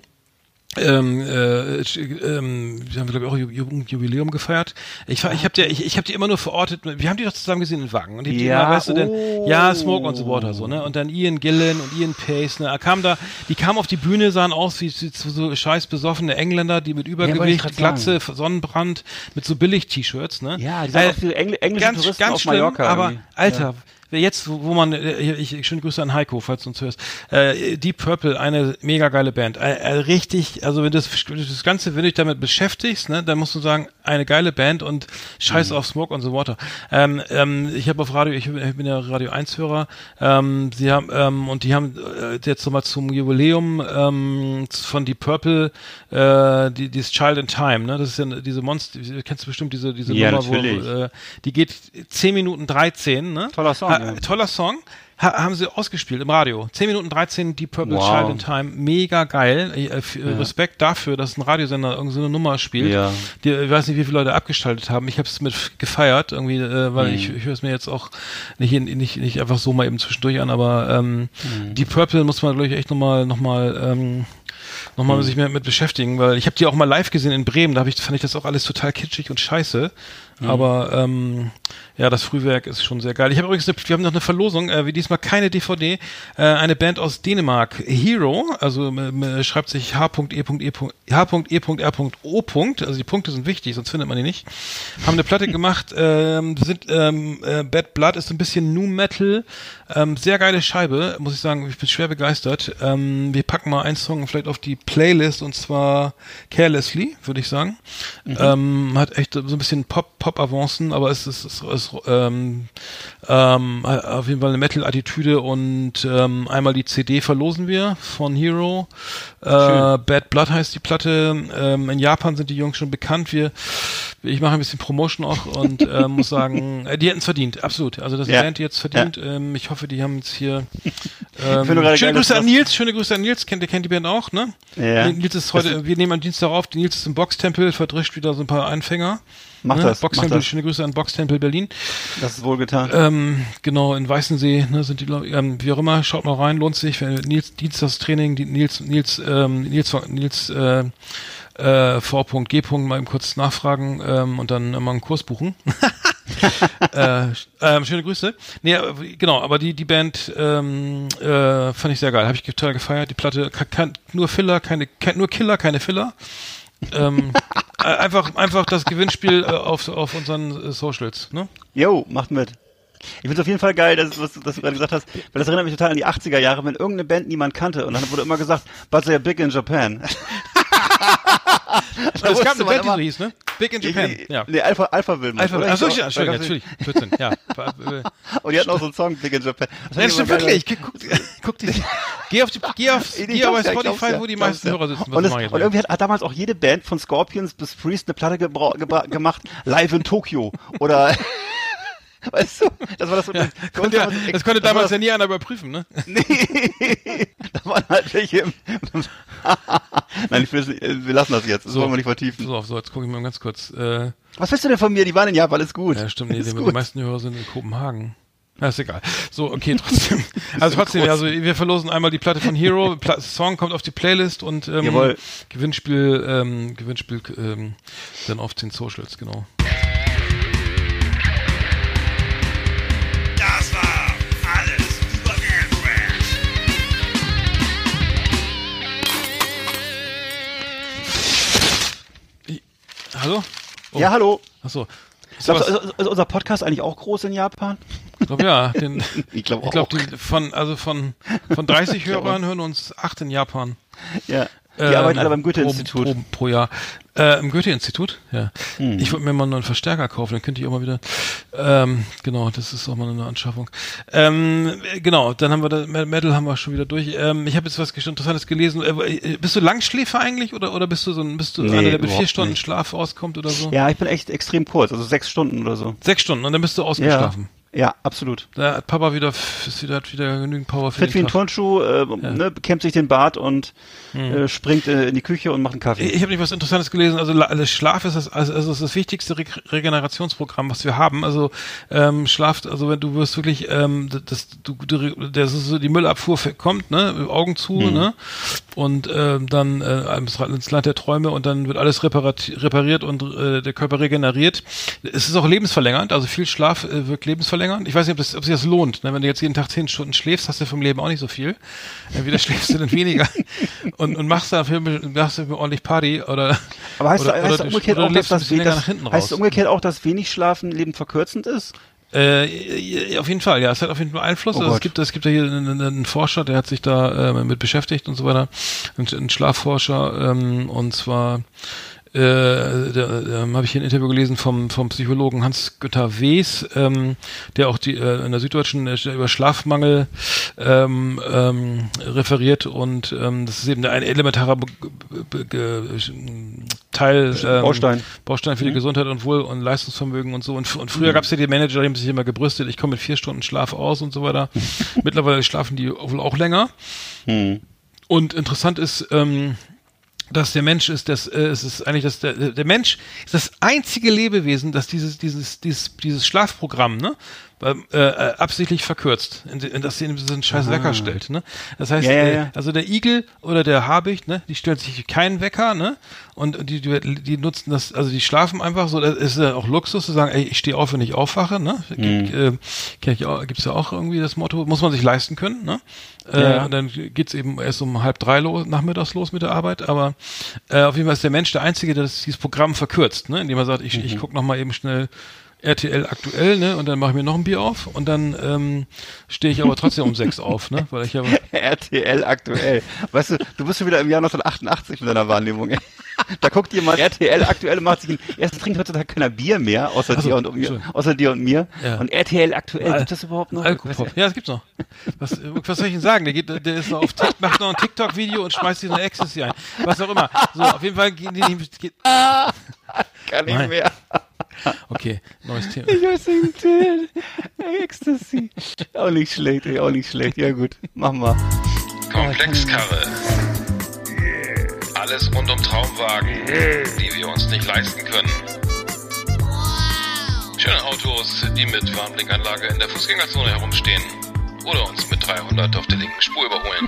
ähm, äh, ähm, wir haben glaube ich auch Ju- Jubiläum gefeiert. Ich war, ich habe die, ich, ich habe die immer nur verortet. Wir haben die doch zusammen gesehen in Wagen und ich hab die Ja, immer, weißt du, denn, oh. ja, Smoke on the Water so, ne? Und dann Ian Gillan und Ian Pace, ne? Er kam da, die kamen auf die Bühne, sahen aus wie so, so scheiß besoffene Engländer, die mit wollte ich Übergewicht, grad Glatze, Sonnenbrand, mit so Billig-T-Shirts, ne? Ja, die sind Äh, auch viele Engl englische ganz, Touristen ganz auf schlimm, Mallorca. aber irgendwie. Alter, jetzt, wo wo man, äh, ich, ich schöne Grüße an Heiko, falls du uns hörst. Äh, Deep Purple, eine mega geile Band. Äh, äh, richtig, also wenn du das, das Ganze, wenn du dich damit beschäftigst, ne, dann musst du sagen, eine geile Band und scheiß Mhm. auf Smoke on the Water. Ähm, ähm, ich habe auf Radio, ich, ich bin ja Radio eins Hörer, ähm, sie haben, ähm, und die haben äh, jetzt nochmal zum Jubiläum ähm, von Deep Purple äh, die, dieses Child in Time, ne, das ist ja diese Monster, kennst du bestimmt diese, diese Ja, Nummer, natürlich. wo, äh, die geht zehn Minuten dreizehn, ne? Toller Song, Ha, ja. Toller Song. Ha, haben sie ausgespielt im Radio. zehn Minuten dreizehn, Deep Purple, Wow. Child in Time. Mega geil. Äh, f- Ja. Respekt dafür, dass ein Radiosender irgendeine so eine Nummer spielt. Ja. Die, ich weiß nicht, wie viele Leute abgeschaltet haben. Ich habe es mit gefeiert, irgendwie, äh, weil Mhm. ich, ich höre es mir jetzt auch nicht, in, nicht, nicht einfach so mal eben zwischendurch an, aber ähm, Mhm. Deep Purple muss man, glaube ich, echt nochmal noch mal, ähm, nochmal Mhm. sich mehr mit beschäftigen, weil ich habe die auch mal live gesehen in Bremen, da hab ich, fand ich das auch alles total kitschig und scheiße. Mhm. Aber ähm, ja, das Frühwerk ist schon sehr geil. Ich habe übrigens, eine, wir haben noch eine Verlosung, äh, wie diesmal keine D V D, äh, eine Band aus Dänemark, Hero, also äh, schreibt sich H.E.E. H.E.R.O. Also die Punkte sind wichtig, sonst findet man die nicht. Haben eine Platte gemacht, ähm, sind ähm, äh, Bad Blood ist ein bisschen Nu Metal, ähm, sehr geile Scheibe, muss ich sagen, ich bin schwer begeistert. Ähm, wir packen mal einen Song vielleicht auf die Playlist und zwar Carelessly, würde ich sagen. Mhm. Ähm, hat echt so ein bisschen Pop, Pop-Avancen, aber es ist, es ist, es ist ähm, ähm, auf jeden Fall eine Metal-Attitüde und ähm, einmal die C D verlosen wir von Hero. Äh, Bad Blood heißt die Platte. Ähm, in Japan sind die Jungs schon bekannt. Wir, ich mache ein bisschen Promotion auch und äh, muss sagen, äh, die hätten es verdient, absolut. Also das ist Ja. eine Band, die jetzt verdient. Ja. Ähm, ich hoffe, die haben jetzt hier finde ähm, gerade schöne geil, Grüße dass an das- Nils, schöne Grüße an Nils, kennt, der kennt die Band auch, ne? Ja. Nils ist heute, wir nehmen am Dienstag auf, die Nils ist im Boxtempel, verdrischt wieder so ein paar Einfänger. Mach ne? das, mach Boxtempel, das. schöne Grüße an Boxtempel Berlin. Das ist wohl getan. Ähm, genau, in Weißensee, ne, sind die, glaub ich, ähm, wie auch immer, schaut mal rein, lohnt sich, wenn Nils, Dienstagstraining, die Nils, Nils, ähm, Nils, Nils, äh, äh, V.G. mal eben kurz nachfragen, ähm, und dann mal einen Kurs buchen. äh, ähm, schöne Grüße. Nee, äh, genau, aber die, die Band, ähm, äh, fand ich sehr geil, habe ich total gefeiert, die Platte, kann, kann, nur Filler, keine, kein, nur Killer, keine Filler. ähm, äh, einfach, einfach das Gewinnspiel äh, auf, auf unseren äh, Socials, ne? Jo, macht mit. Ich finde es auf jeden Fall geil, dass, was, dass du gerade gesagt hast, weil das erinnert mich total an die achtziger Jahre, wenn irgendeine Band niemand kannte und dann wurde immer gesagt, but they're big in Japan. Es gab eine wusste man Band, die so immer- hieß, ne? Big in Japan. Ja. Nee, Alpha, Alpha Will. Alpha, oder? achso, Ich ja, glaub, Entschuldigung, da gab's- natürlich. vierzehn, ja. Und die hatten auch so einen Song, Big in Japan. Das Nein, fand ich stimmt immer geil. wirklich. Guck, guck die, geh auf die, geh auf, Ich geh glaub's auf ja, ich Spotify, glaub's ja, wo die ich glaub's meisten ja. Hörer sitzen. Was Und, es, mache ich jetzt und mal? irgendwie hat, hat damals auch jede Band von Scorpions bis Priest eine Platte gebra gebra gemacht, live in Tokio. Oder, weißt du, das war das so. Ja, für uns konnte, ja, damals- das konnte war damals das- ja nie einer überprüfen, ne? Nee, da waren halt welche im, Nein, ich will, wir lassen das jetzt, das So. wollen wir nicht vertiefen. So, so, jetzt gucke ich mal ganz kurz. Äh, Was willst du denn von mir? Die waren in Japan, alles gut. ja, stimmt, nee, Ist die, die gut. meisten Hörer sind in Kopenhagen. Ja, ist egal. So, okay, trotzdem. Also trotzdem, also wir verlosen einmal die Platte von Hero, Pla Song kommt auf die Playlist und ähm, Jawohl. Gewinnspiel, ähm, Gewinnspiel ähm, dann auf den Socials, genau. Das war alles über Anthrax. I Hallo? Oh. Ja, hallo. Achso. Glaubst du, ist unser Podcast eigentlich auch groß in Japan? Ich glaube ja. Den, Ich glaube ich glaube, auch. die von also von von dreißig Hörern hören uns acht in Japan. Ja. Die ähm, arbeiten alle beim pro, Goethe-Institut. pro, pro Jahr. Äh, Im Goethe-Institut? Ja. Hm. Ich wollte mir mal einen neuen Verstärker kaufen, dann könnte ich auch mal wieder, ähm, genau, das ist auch mal eine Anschaffung. Ähm, genau, dann haben wir da, Metal haben wir schon wieder durch. Ähm, ich habe jetzt was Interessantes gelesen. Äh, bist du Langschläfer eigentlich oder, oder bist du so ein, bist du Nee, einer, der mit vier überhaupt Stunden nicht. Schlaf auskommt oder so? Ja, ich bin echt extrem kurz, also sechs Stunden oder so. Sechs Stunden und dann bist du ausgeschlafen. Ja, absolut. Da hat Papa wieder, ist wieder, hat wieder genügend Power für Fit den wie ein Tag. Turnschuh, äh, ne, kämmt sich den Bart und äh, springt äh, in die Küche und macht einen Kaffee. Ich habe nicht was Interessantes gelesen. Also La- also Schlaf ist das, also also ist das wichtigste Re- Regenerationsprogramm, was wir haben. Also ähm, Schlaf, also wenn du wirst wirklich, ähm, das, du, du, das ist so die Müllabfuhr kommt, ne, Augen zu, Hm. ne, und ähm, dann äh, ins Land der Träume und dann wird alles reparat- repariert und äh, der Körper regeneriert. Es ist auch lebensverlängernd. Also viel Schlaf äh, wirkt lebensverlängernd. Ich weiß nicht, ob, das, ob sich das lohnt. Ne? Wenn du jetzt jeden Tag zehn Stunden schläfst, hast du vom Leben auch nicht so viel. Entweder schläfst du dann weniger und, und machst dafür machst du ordentlich Party oder Aber heißt, oder, heißt oder, umgekehrt oder auch, dass lebst ein das, bisschen länger das nach hinten heißt raus. umgekehrt auch, dass wenig Schlafen lebensverkürzend ist? Äh, auf jeden Fall, ja, es hat auf jeden Fall Einfluss. Oh also es Gott. gibt, es gibt ja hier einen, einen Forscher, der hat sich da äh, mit beschäftigt und so weiter, ein, ein Schlafforscher, ähm, und zwar äh, da ähm, habe ich hier ein Interview gelesen vom vom Psychologen Hans-Günther Wes, ähm, der auch die äh, in der Süddeutschen äh, über Schlafmangel ähm, ähm, referiert und ähm, das ist eben ein elementarer Be Be Be Teil ähm, Baustein. Baustein für die Mhm. Gesundheit und Wohl- und Leistungsvermögen und so. Und, und früher gab es ja die Manager, die haben sich immer gebrüstet, ich komme mit vier Stunden Schlaf aus und so weiter. Mittlerweile schlafen die wohl auch länger. Hm. Und interessant ist, ähm, dass der Mensch ist, das, äh, es ist eigentlich das, der, der Mensch ist das einzige Lebewesen, das dieses, dieses, dieses, dieses Schlafprogramm, ne, äh, äh, absichtlich verkürzt, in, in das sie in so einen scheiß Wecker stellt, ne. Das heißt, Ja, ja, äh, ja. also der Igel oder der Habicht, ne, die stellen sich keinen Wecker, ne, und die, die, die nutzen das, also die schlafen einfach so, das ist ja auch Luxus zu sagen, ey, ich stehe auf, wenn ich aufwache, ne, Mhm. G- äh, kenn ich auch, gibt's ja auch irgendwie das Motto, muss man sich leisten können, ne. Äh, Ja. und dann geht's eben erst um halb drei los, nachmittags los mit der Arbeit, aber äh, auf jeden Fall ist der Mensch der Einzige, der das, dieses Programm verkürzt, ne? Indem er sagt, ich, Mhm. ich guck noch mal eben schnell R T L aktuell, ne? Und dann mache ich mir noch ein Bier auf und dann ähm, stehe ich aber trotzdem um sechs auf, ne? Weil ich ja R T L aktuell. Weißt du, du bist schon wieder im Jahr neunzehnhundertachtundachtzig mit deiner Wahrnehmung. Ey. Da guckt jemand R T L aktuell und macht sich ein, erst trinkt heutzutage keiner Bier mehr, außer Ach so, dir und mir, Entschuldigung. außer dir und mir. Ja. Und R T L aktuell, Al- gibt das überhaupt noch? Alkopop. Ja, das gibt's noch. Was, was soll ich Ihnen sagen? Der geht, der ist noch auf TikTok, macht noch ein TikTok-Video und schmeißt sich eine Ecstasy ein. Was auch immer. So, auf jeden Fall gehen die nicht. Geht, Kann nicht Nein. mehr. okay, neues Thema. Ich weiß nicht, Ecstasy. Auch nicht schlecht, ey, auch nicht schlecht. Ja gut, machen wir. Komplexkarre. Alles rund um Traumwagen, die wir uns nicht leisten können. Schöne Autos, die mit Warnblinkanlage in der Fußgängerzone herumstehen. Oder uns mit dreihundert auf der linken Spur überholen.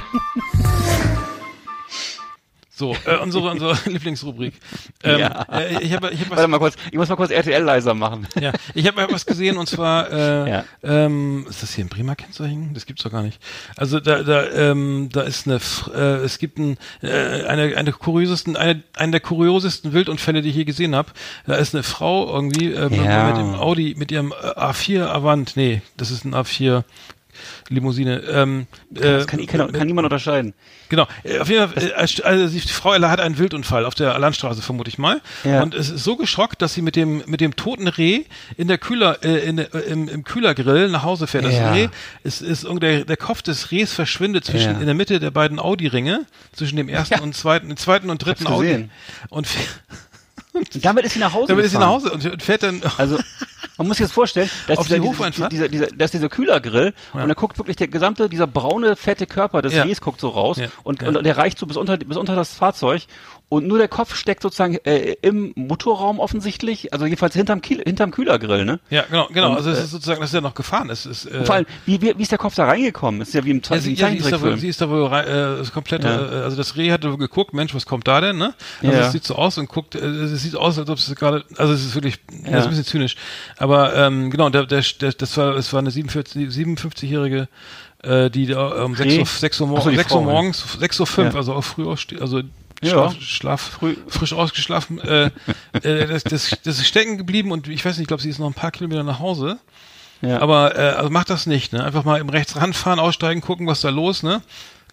So, äh, unsere, unsere Lieblingsrubrik. Ähm, Ja. äh, ich habe ich hab was Warte mal kurz, ich muss mal kurz R T L leiser machen. Ja, ich habe was gesehen und zwar, äh, Ja. ähm, ist das hier ein Bremer-Kennzeichen? Das gibt's doch gar nicht. Also da, da, ähm, da ist eine, F- äh, es gibt ein, äh, eine, eine kuriosesten, eine, eine der kuriosesten Wildunfälle, die ich je gesehen habe. Da ist eine Frau irgendwie äh, Ja. mit dem Audi, mit ihrem äh, A vier Avant, nee, das ist ein A vier Limousine. Ähm, Das äh, kann, kann, kann niemand unterscheiden. Genau, äh, auf jeden Fall, äh, also die Frau Ella hat einen Wildunfall auf der Landstraße, vermute ich mal. Ja. Und es ist so geschockt, dass sie mit dem mit dem toten Reh in der Kühler äh, in, der- im, im Kühlergrill nach Hause fährt. Das Ja. Reh ist ist irgendwie der, der Kopf des Rehs verschwindet zwischen Ja. in der Mitte der beiden Audi-Ringe, zwischen dem ersten Ja. und zweiten, dem zweiten und dritten hab's Audi. gesehen. Und fährt, Und damit ist sie nach Hause damit ist sie nach gefahren. Hause und fährt dann Also, man muss sich das vorstellen, dass Auf dieser, die dieser, Hofeinfahrt? dieser, dieser, dass dieser Kühlergrill Ja. und da guckt wirklich der gesamte, dieser braune, fette Körper des Ja. Rehs guckt so raus Ja. und, Ja. und der reicht so bis unter, bis unter das Fahrzeug und nur der Kopf steckt sozusagen äh, im Motorraum offensichtlich, also jedenfalls hinterm, Kiel, hinterm Kühlergrill, ne? ja, genau, genau. Und, Also es äh, ist sozusagen, das ist ja noch gefahren. Es ist äh, Und vor allem, wie, wie, wie ist der Kopf da reingekommen? Ist ja wie im, Ja, wie sie, im ja, sie, ist da wohl, Zeichentrickfilm. sie ist da wohl rein, äh, ist komplett, Ja. äh, also das Reh hatte wohl geguckt, Mensch, was kommt da denn, ne? Also Ja. es sieht so aus und guckt, äh, es sieht aus, als ob es gerade, also es ist wirklich, das Ja. ist ein bisschen zynisch. Aber ähm, genau, der, der, der, das war, es war eine siebenundvierzig, siebenundfünfzigjährige, äh, die da um sechs Reh? Uhr, sechs Uhr, mor Ach so, die sechs Uhr Frau, ja. morgens, sechs Uhr fünf, Ja. also auch früh aussteht, also Ja. Schlaf, Schlaf Früh. frisch ausgeschlafen, äh, äh, das, das, das ist stecken geblieben und ich weiß nicht, ich glaube, sie ist noch ein paar Kilometer nach Hause. Ja. Aber äh, also macht das nicht, ne? Einfach mal im rechts ranfahren, aussteigen, gucken, was da los, ne?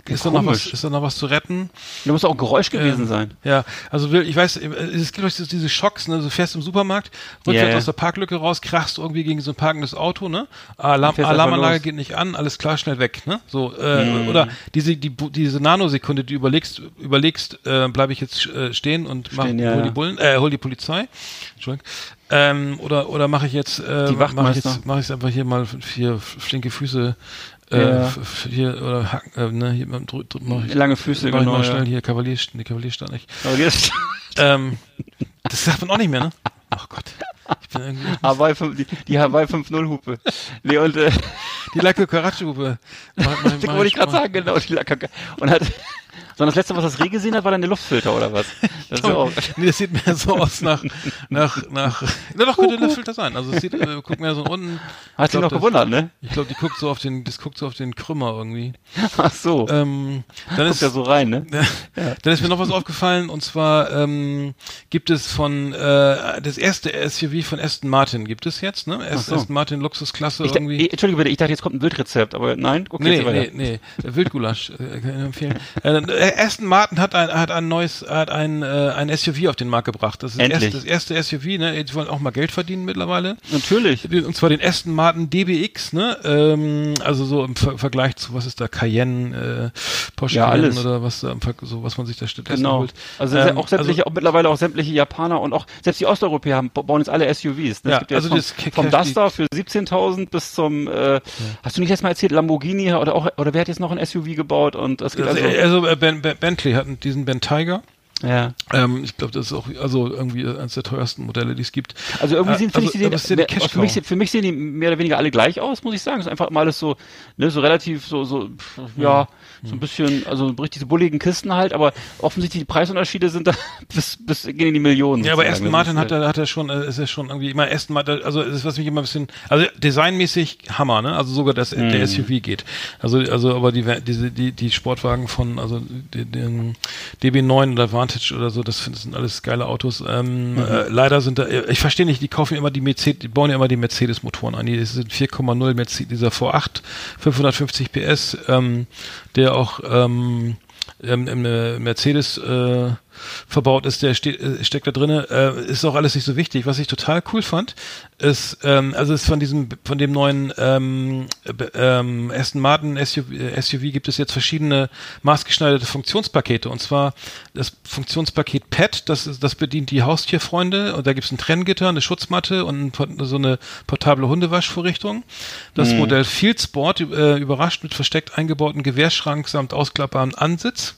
Ist da noch was, komisch. ist da noch was zu retten? Da muss auch ein Geräusch gewesen Ähm, sein. Ja, also will- ich weiß, es gibt euch diese Schocks, ne? Du fährst im Supermarkt, rückwärts Ja, ja. aus der Parklücke raus, krachst irgendwie gegen so ein parkendes Auto, ne? Alarm, fährst Alarmanlage einfach los. geht nicht an, alles klar, schnell weg, ne? So, äh, Mhm. oder diese, die, diese Nanosekunde, die du überlegst, überlegst, äh, bleibe ich jetzt äh, stehen und mach, Stehen, ja, hol ja. die Bullen, äh, hol die Polizei. Entschuldigung. Ähm, oder, oder mache ich jetzt, äh, Die mache ich Wachtmeister. jetzt, mache ich einfach hier mal hier flinke Füße, äh, Ja. f- f- hier, oder Hacken, äh, ne, hier, drück, drück, mach ich, Lange Füße, mach ich genau. mal schnell Ja. hier Kavalier, nee, Kavalierstand nicht. Aber jetzt, Ähm, das sagt man auch nicht mehr, ne? Ach Gott. Ich bin irgendwie, Hawaii fünf, die, die Hawaii fünf null Hupe. Nee, und, äh, die Lacke Karatschupe. Mach, mach, das wollte ich gerade mach- sagen, genau, die Lacke. Und hat, sondern das letzte, was das Reh gesehen hat, war dann der Luftfilter, oder was? Das ist ja auch, Nee, das sieht mehr so aus nach, nach, nach, na doch, könnte der Filter sein. Also es sieht, äh, guckt mehr so unten. hat Ich sich glaub, noch das- gewundert, ne? Ich glaube, die guckt so auf den, das guckt so auf den Krümmer irgendwie. Ach so. Ähm, dann Guckt ist, ja so rein, ne? Ja. Dann ist mir noch was aufgefallen, und zwar ähm, gibt es von äh, das erste S U V von Aston Martin gibt es jetzt, ne? Ach so. Aston Martin Luxusklasse Ich, da, irgendwie. eh, Entschuldige bitte, ich dachte, jetzt kommt ein Wildrezept, aber nein, okay, Nee, jetzt nee, weiter. nee, nee, Wildgulasch, äh, kann ich empfehlen. äh, Aston Martin hat ein, hat ein neues, hat ein, äh, ein S U V auf den Markt gebracht. Das ist das Endlich. erste, das erste S U V, ne? Die wollen auch mal Geld verdienen mittlerweile. Natürlich. Und zwar den Aston Martin D B X, ne? Ähm, also so im Ver Vergleich zu, was ist da, Cayenne, äh, Porsche Ja, Cayenne alles. oder was da, im Ver- so was man sich da stattdessen Genau. holt. Also Ähm, auch sämtliche, auch mittlerweile auch sämtliche Japaner und auch selbst die Osteuropäer haben, bauen jetzt alle S U Vs. Ne? Ja, Es gibt ja also vom, das Ca- vom Cash- Duster für siebzehntausend bis zum, äh, hast du nicht jetzt mal erzählt, Lamborghini oder auch, oder wer hat jetzt noch ein S U V gebaut und es gibt Also, also, also äh, ben, ben, Bentley hat diesen Ben Tiger. ja. Ähm, ich glaube, das ist auch also irgendwie eines der teuersten Modelle, die es gibt. Also irgendwie Äh, sehen, finde also, ich, die aber es ist ja die sehen, Cash für, mich, Cow. für mich sehen die mehr oder weniger alle gleich aus, muss ich sagen. Es ist einfach mal alles so, ne, so relativ so, so, pff, ja, so ein bisschen, also richtig so bulligen Kisten halt, aber offensichtlich die Preisunterschiede sind da bis, bis gehen in die Millionen. Ja, aber sozusagen. Aston Das Martin ist, hat er, hat er schon, äh, ist er schon irgendwie immer Aston Martin, also das ist, was mich immer ein bisschen, also designmäßig Hammer, ne? Also sogar das, Mhm. der S U V geht. Also, also, aber die, diese, die, die Sportwagen von, also den, den D B neun oder Vantage oder so, das, find- das sind alles geile Autos. Ähm, Mhm. äh, leider sind da, ich verstehe nicht, die kaufen immer die Mercedes, die bauen ja immer die Mercedes-Motoren ein. Die sind vier Komma null Mercedes, dieser V acht, fünfhundertfünfzig P S, ähm, der auch, ähm, ähm, im äh, Mercedes äh, verbaut ist, der steht, äh, steckt da drinne, äh, ist auch alles nicht so wichtig. Was ich total cool fand, ist, ähm, also ist von diesem, von dem neuen ähm, äh, ähm, Aston Martin S U V, äh, S U V gibt es jetzt verschiedene maßgeschneiderte Funktionspakete, und zwar das Funktionspaket P E T, das ist, das bedient die Haustierfreunde, und da gibt es ein Trenngitter, eine Schutzmatte und ein, Port- so eine portable Hundewaschvorrichtung. Das Mhm. Modell Field Sport äh, überrascht mit versteckt eingebauten Gewehrschrank samt ausklappbarem Ansitz.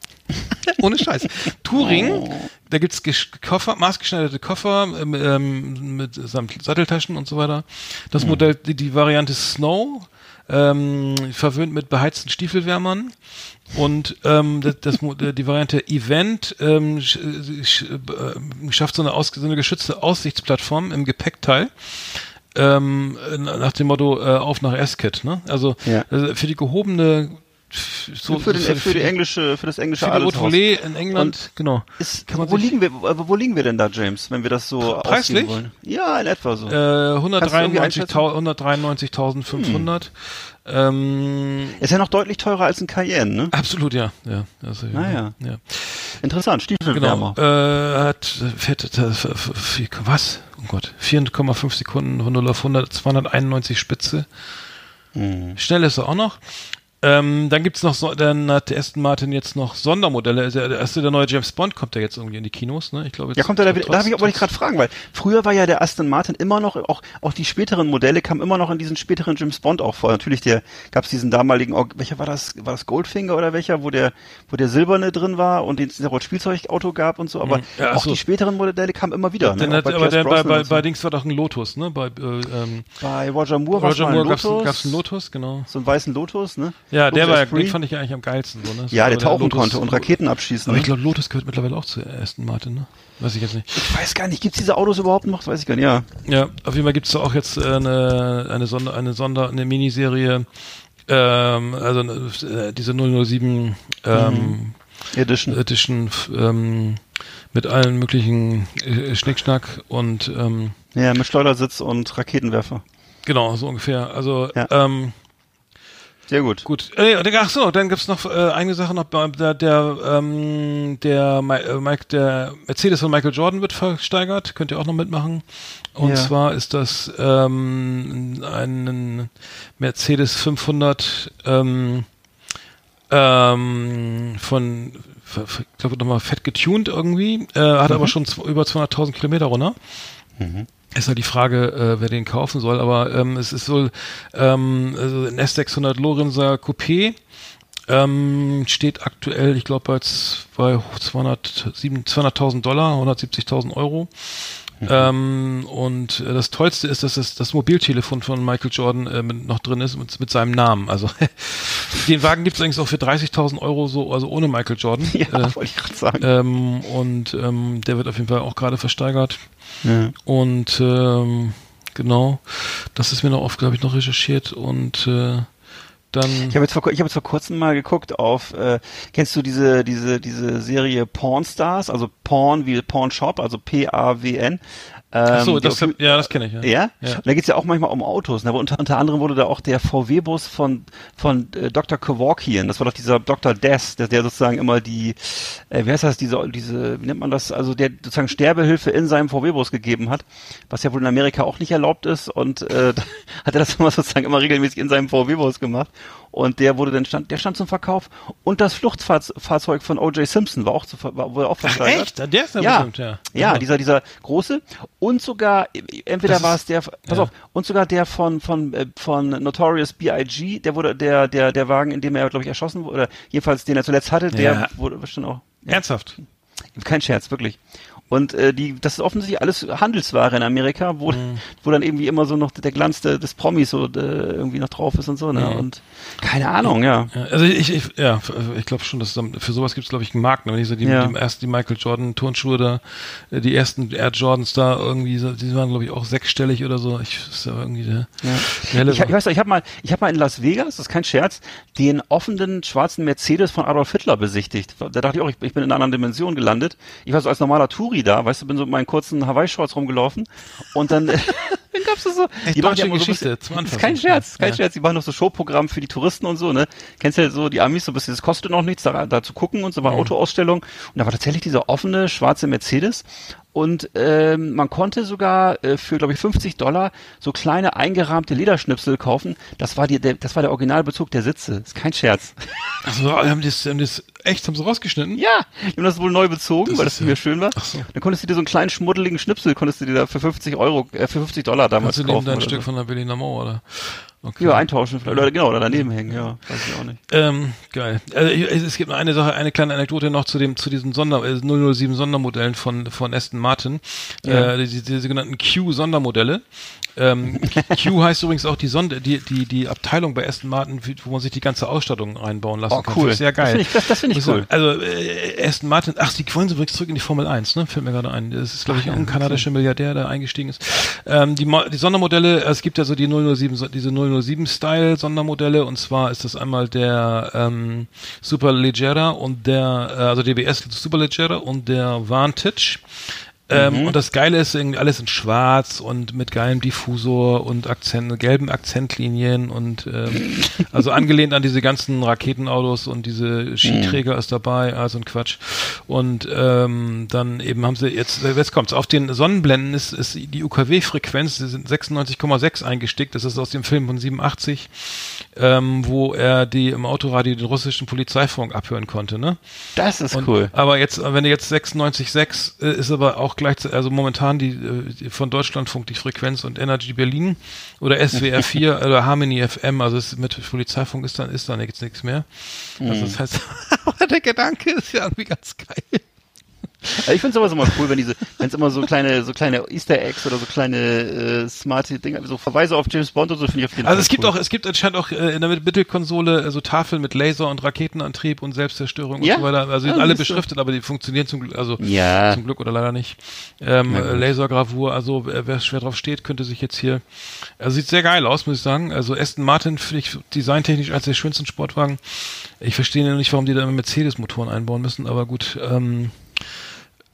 Ohne Scheiß. Touring, Oh. da gibt's Gesch- Koffer, maßgeschneiderte Koffer ähm, ähm, mit samt Satteltaschen und so weiter. Das Hm. Modell, die, die Variante Snow, ähm, verwöhnt mit beheizten Stiefelwärmern. Und ähm, das, das, Mo- die Variante Event ähm, sch, sch, äh, schafft so eine, aus, so eine geschützte Aussichtsplattform im Gepäckteil. Ähm, nach dem Motto äh, auf nach Ascot, ne? Also, Ja. also für die gehobene so, für, den, so für die englische, für das englische für die Haute Adelshaus. Volée in England, Und genau. Ist, Kann man wo sich- liegen wir, wo, wo liegen wir denn da, James, wenn wir das so Preislich? ausgeben wollen? Ja, in etwa so. Äh, Kannst du irgendwie hundertdreiundneunzig einschätzen? hundertdreiundneunzigtausendfünfhundert. Ähm, Ist ja noch deutlich teurer als ein Cayenne, ne? absolut, ja. ja, also, Naja. ja. Interessant, Genau. Stiefelwärmer. Äh, hat fährt, äh, f- f- vier- was? Oh Gott, vier Komma fünf Sekunden von null auf hundert, zweihunderteinundneunzig Spitze. Hm. Schnell ist er auch noch. Ähm, dann gibt's noch, so, dann hat der Aston Martin jetzt noch Sondermodelle. Also der erste, der neue James Bond kommt ja jetzt irgendwie in die Kinos, ne? Ich glaube jetzt. Ja, kommt er da trotz- wieder, da habe ich aber nicht trotz- gerade fragen, weil früher war ja der Aston Martin immer noch, auch, auch die späteren Modelle kamen immer noch in diesen späteren James Bond auch vor. Natürlich, der, gab's diesen damaligen, auch- welcher war das, war das Goldfinger oder welcher, wo der, wo der Silberne drin war und den, der Spielzeugauto gab und so, aber Mhm. Ja, ach auch so. die späteren Modelle kamen immer wieder, Dann ne? hat, Auch bei aber Pierce der, bei, Brosnan bei, und so. bei Dings war doch ein Lotus, ne? Bei, äh, ähm, Bei Roger Moore war Roger mal ein Moore gab's, Lotus. gab's einen Lotus, genau. So einen weißen Lotus, ne? Ja, der Lotus war, Esprit. den fand ich ja eigentlich am geilsten, so, ne? Ja, der Aber tauchen Lotus- konnte und Raketen abschießen. Aber Ne? ich glaube, Lotus gehört mittlerweile auch zu Aston Martin, ne? Weiß ich jetzt nicht. Ich weiß gar nicht, gibt's diese Autos überhaupt noch? Das weiß ich gar nicht, ja. Ja, auf jeden Fall gibt's da auch jetzt äh, eine, eine Sonder, eine Sonder, eine Miniserie, ähm, also äh, diese null null sieben ähm, Edition. Edition f- ähm, mit allen möglichen äh, Schnickschnack und ähm, Ja, mit Schleudersitz und Raketenwerfer. genau, so ungefähr. Also Ja. ähm, Sehr gut. Gut. Äh, ach so, dann gibt's noch äh, eine Sache noch. Der der ähm, der, äh, Mike, der Mercedes von Michael Jordan wird versteigert. Könnt ihr auch noch mitmachen. Und Ja. zwar ist das ähm, ein Mercedes fünfhundert ähm, ähm, von, ich glaube nochmal fett getuned irgendwie. Äh, hat mhm. aber schon z- über zweihunderttausend Kilometer runter. Mhm. Ist halt die Frage, äh, wer den kaufen soll, aber ähm, es ist wohl ähm, also ein S sechshundert Lorenzer Coupé, ähm, steht aktuell, ich glaube, bei, bei zweihunderttausend Dollar, hundertsiebzigtausend Euro. Mhm. Ähm, und äh, das Tollste ist, dass das, das Mobiltelefon von Michael Jordan äh, mit, noch drin ist mit, mit seinem Namen. Also den Wagen gibt es eigentlich auch für dreißigtausend Euro, so, also ohne Michael Jordan. Ja, äh, wollte ich gerade sagen. Ähm, und ähm, der wird auf jeden Fall auch gerade versteigert. Ja. Und ähm, genau, das ist mir noch oft, glaube ich, noch recherchiert und äh, dann. Ich habe jetzt vor, ich habe jetzt vor kurzem mal geguckt auf, äh, kennst du diese diese diese Serie Porn Stars, also Porn wie Porn Shop, also P A W N. Ähm, Ach so, das, auf, ja, das kenne ich. Ja. Ja? Ja. Und da geht's ja auch manchmal um Autos. Ne? Aber unter, unter anderem wurde da auch der V W-Bus von von äh, Doktor Kevorkian, das war doch dieser Doktor Death, der, der sozusagen immer die, äh, wie heißt das, diese, diese, wie nennt man das, also der sozusagen Sterbehilfe in seinem V W-Bus gegeben hat, was ja wohl in Amerika auch nicht erlaubt ist. Und äh, da hat er das immer sozusagen immer regelmäßig in seinem V W-Bus gemacht. Und der wurde dann stand, der stand zum Verkauf. Und das Fluchtfahrzeug von O J Simpson war auch zu, war, wurde auch versteigert. Echt? Der ist ja, Ja, bestimmt, ja. ja, Aha. dieser, dieser große und sogar, entweder Das war ist- es der, pass ja. auf, und sogar der von, von, äh, von Notorious B I G, der wurde, der, der, der Wagen, in dem er, glaube ich, erschossen wurde, oder jedenfalls den er zuletzt hatte, der Ja. wurde bestimmt auch, Ernsthaft? kein Scherz, wirklich. Und äh, die, das ist offensichtlich alles Handelsware in Amerika, wo, Mhm. wo dann irgendwie immer so noch der Glanz de, des Promis so äh, irgendwie noch drauf ist und so, ne? Mhm. Und keine Ahnung, ja. Ja, also ich, ich ja, ich glaube schon, dass es dann- für sowas gibt es, glaube ich, einen Markt. Ne? Wenn ich so die, Ja. die ersten die Michael Jordan Turnschuhe da, äh, die ersten Air Jordans da irgendwie, so, die waren, glaube ich, auch sechsstellig oder so. Ich das ist ja irgendwie der, Ja. der helle Ich, ich weiß noch, ich habe mal, ich habe mal in Las Vegas, das ist kein Scherz, den offenen schwarzen Mercedes von Adolf Hitler besichtigt. Da dachte ich auch, ich, ich bin in einer anderen Dimension gelandet. Ich war so als normaler Touri da, weißt du, bin so mit meinen kurzen Hawaii-Shorts rumgelaufen und dann, dann gab's das so. Echt die machen deutsche ja immer so ein Geschichte bisschen- zum Das ist Anfassen. kein Scherz, kein Ja. Scherz. Die machen noch so Showprogramm für die Touristen und so, ne? Kennst ja so die Amis so ein bisschen, das kostet noch nichts, da, da zu gucken und so, war Mhm. Autoausstellung. Und da war tatsächlich dieser offene schwarze Mercedes. Und ähm, man konnte sogar äh, für, glaube ich, fünfzig Dollar so kleine eingerahmte Lederschnipsel kaufen. Das war die, der, das war der Originalbezug der Sitze. Ist kein Scherz. Also, haben die das, haben die das echt, haben sie rausgeschnitten? Ja, die haben das wohl neu bezogen, Das weil ist das mir ja- schön war. Ach so. Dann konntest du dir so einen kleinen schmuddeligen Schnipsel, konntest du dir da für fünfzig Euro, äh, für fünfzig Dollar damals Kannst du neben kaufen. dein oder Stück so. von der Berliner Mauer, oder? Okay. Ja, eintauschen vielleicht. Oder genau, oder daneben hängen, ja. Weiß ich auch nicht. Ähm, geil. Also ich, es gibt noch eine Sache, eine kleine Anekdote noch zu dem, zu diesen Sonder, äh, null null sieben Sondermodellen von, von Aston Martin. Ja. Äh, die, die sogenannten Q-Sondermodelle. Ähm, Q heißt übrigens auch die Sonder, die, die, die Abteilung bei Aston Martin, wo man sich die ganze Ausstattung reinbauen lassen Oh, kann. cool. Finde ich sehr geil. Das finde ich, das, das finde ich Muss cool. sagen. Also äh, Aston Martin, ach, sie wollen sie übrigens zurück in die Formel eins, ne? Fällt mir gerade ein. Das ist, glaube ich, Ach auch ja, ein kanadischer Milliardär, der eingestiegen ist. Ähm, die, Mo- die Sondermodelle, äh, es gibt ja so die null null sieben, so- diese null null sieben Style Sondermodelle, und zwar ist das einmal der ähm, Superleggera und der, äh, also D B S Superleggera und der Vantage. Ähm, Mhm. Und das Geile ist irgendwie alles in schwarz und mit geilem Diffusor und Akzent, gelben Akzentlinien und ähm, also angelehnt an diese ganzen Raketenautos, und diese Skiträger ist dabei, also ein Quatsch. Und ähm, dann eben haben sie jetzt, jetzt kommt's, auf den Sonnenblenden ist, ist die U K W-Frequenz, die sind sechsundneunzig Komma sechs eingestickt, das ist aus dem Film von siebenundachtzig, ähm, wo er die im Autoradio den russischen Polizeifunk abhören konnte, ne? Das ist Und, cool. Aber jetzt, wenn du jetzt sechsundneunzig Komma sechs äh, ist aber auch gleichzeitig, also momentan die, äh, die von Deutschlandfunk die Frequenz und Energy Berlin oder S W R vier oder Harmony F M, also es, mit Polizeifunk ist dann ist da nichts nichts mehr. Also das heißt, der Gedanke ist ja irgendwie ganz geil. Also ich finde sowas immer cool, wenn diese, wenn es immer so kleine, so kleine Easter Eggs oder so kleine äh, smarte Dinge, so Verweise auf James Bond und so finde ich auf jeden Fall Also es gibt cool. auch, es gibt anscheinend auch äh, in der Mittelkonsole äh, so Tafeln mit Laser und Raketenantrieb und Selbstzerstörung Ja? und so weiter. Also die Ah, sind alle siehst du. beschriftet, aber die funktionieren zum Glück, also Ja. zum Glück oder leider nicht. Ähm, Na gut. Lasergravur, also wer, wer schwer drauf steht, könnte sich jetzt hier, also sieht sehr geil aus, muss ich sagen. Also Aston Martin finde ich designtechnisch als der schönsten Sportwagen. Ich verstehe nicht, warum die da immer Mercedes-Motoren einbauen müssen, aber gut, ähm,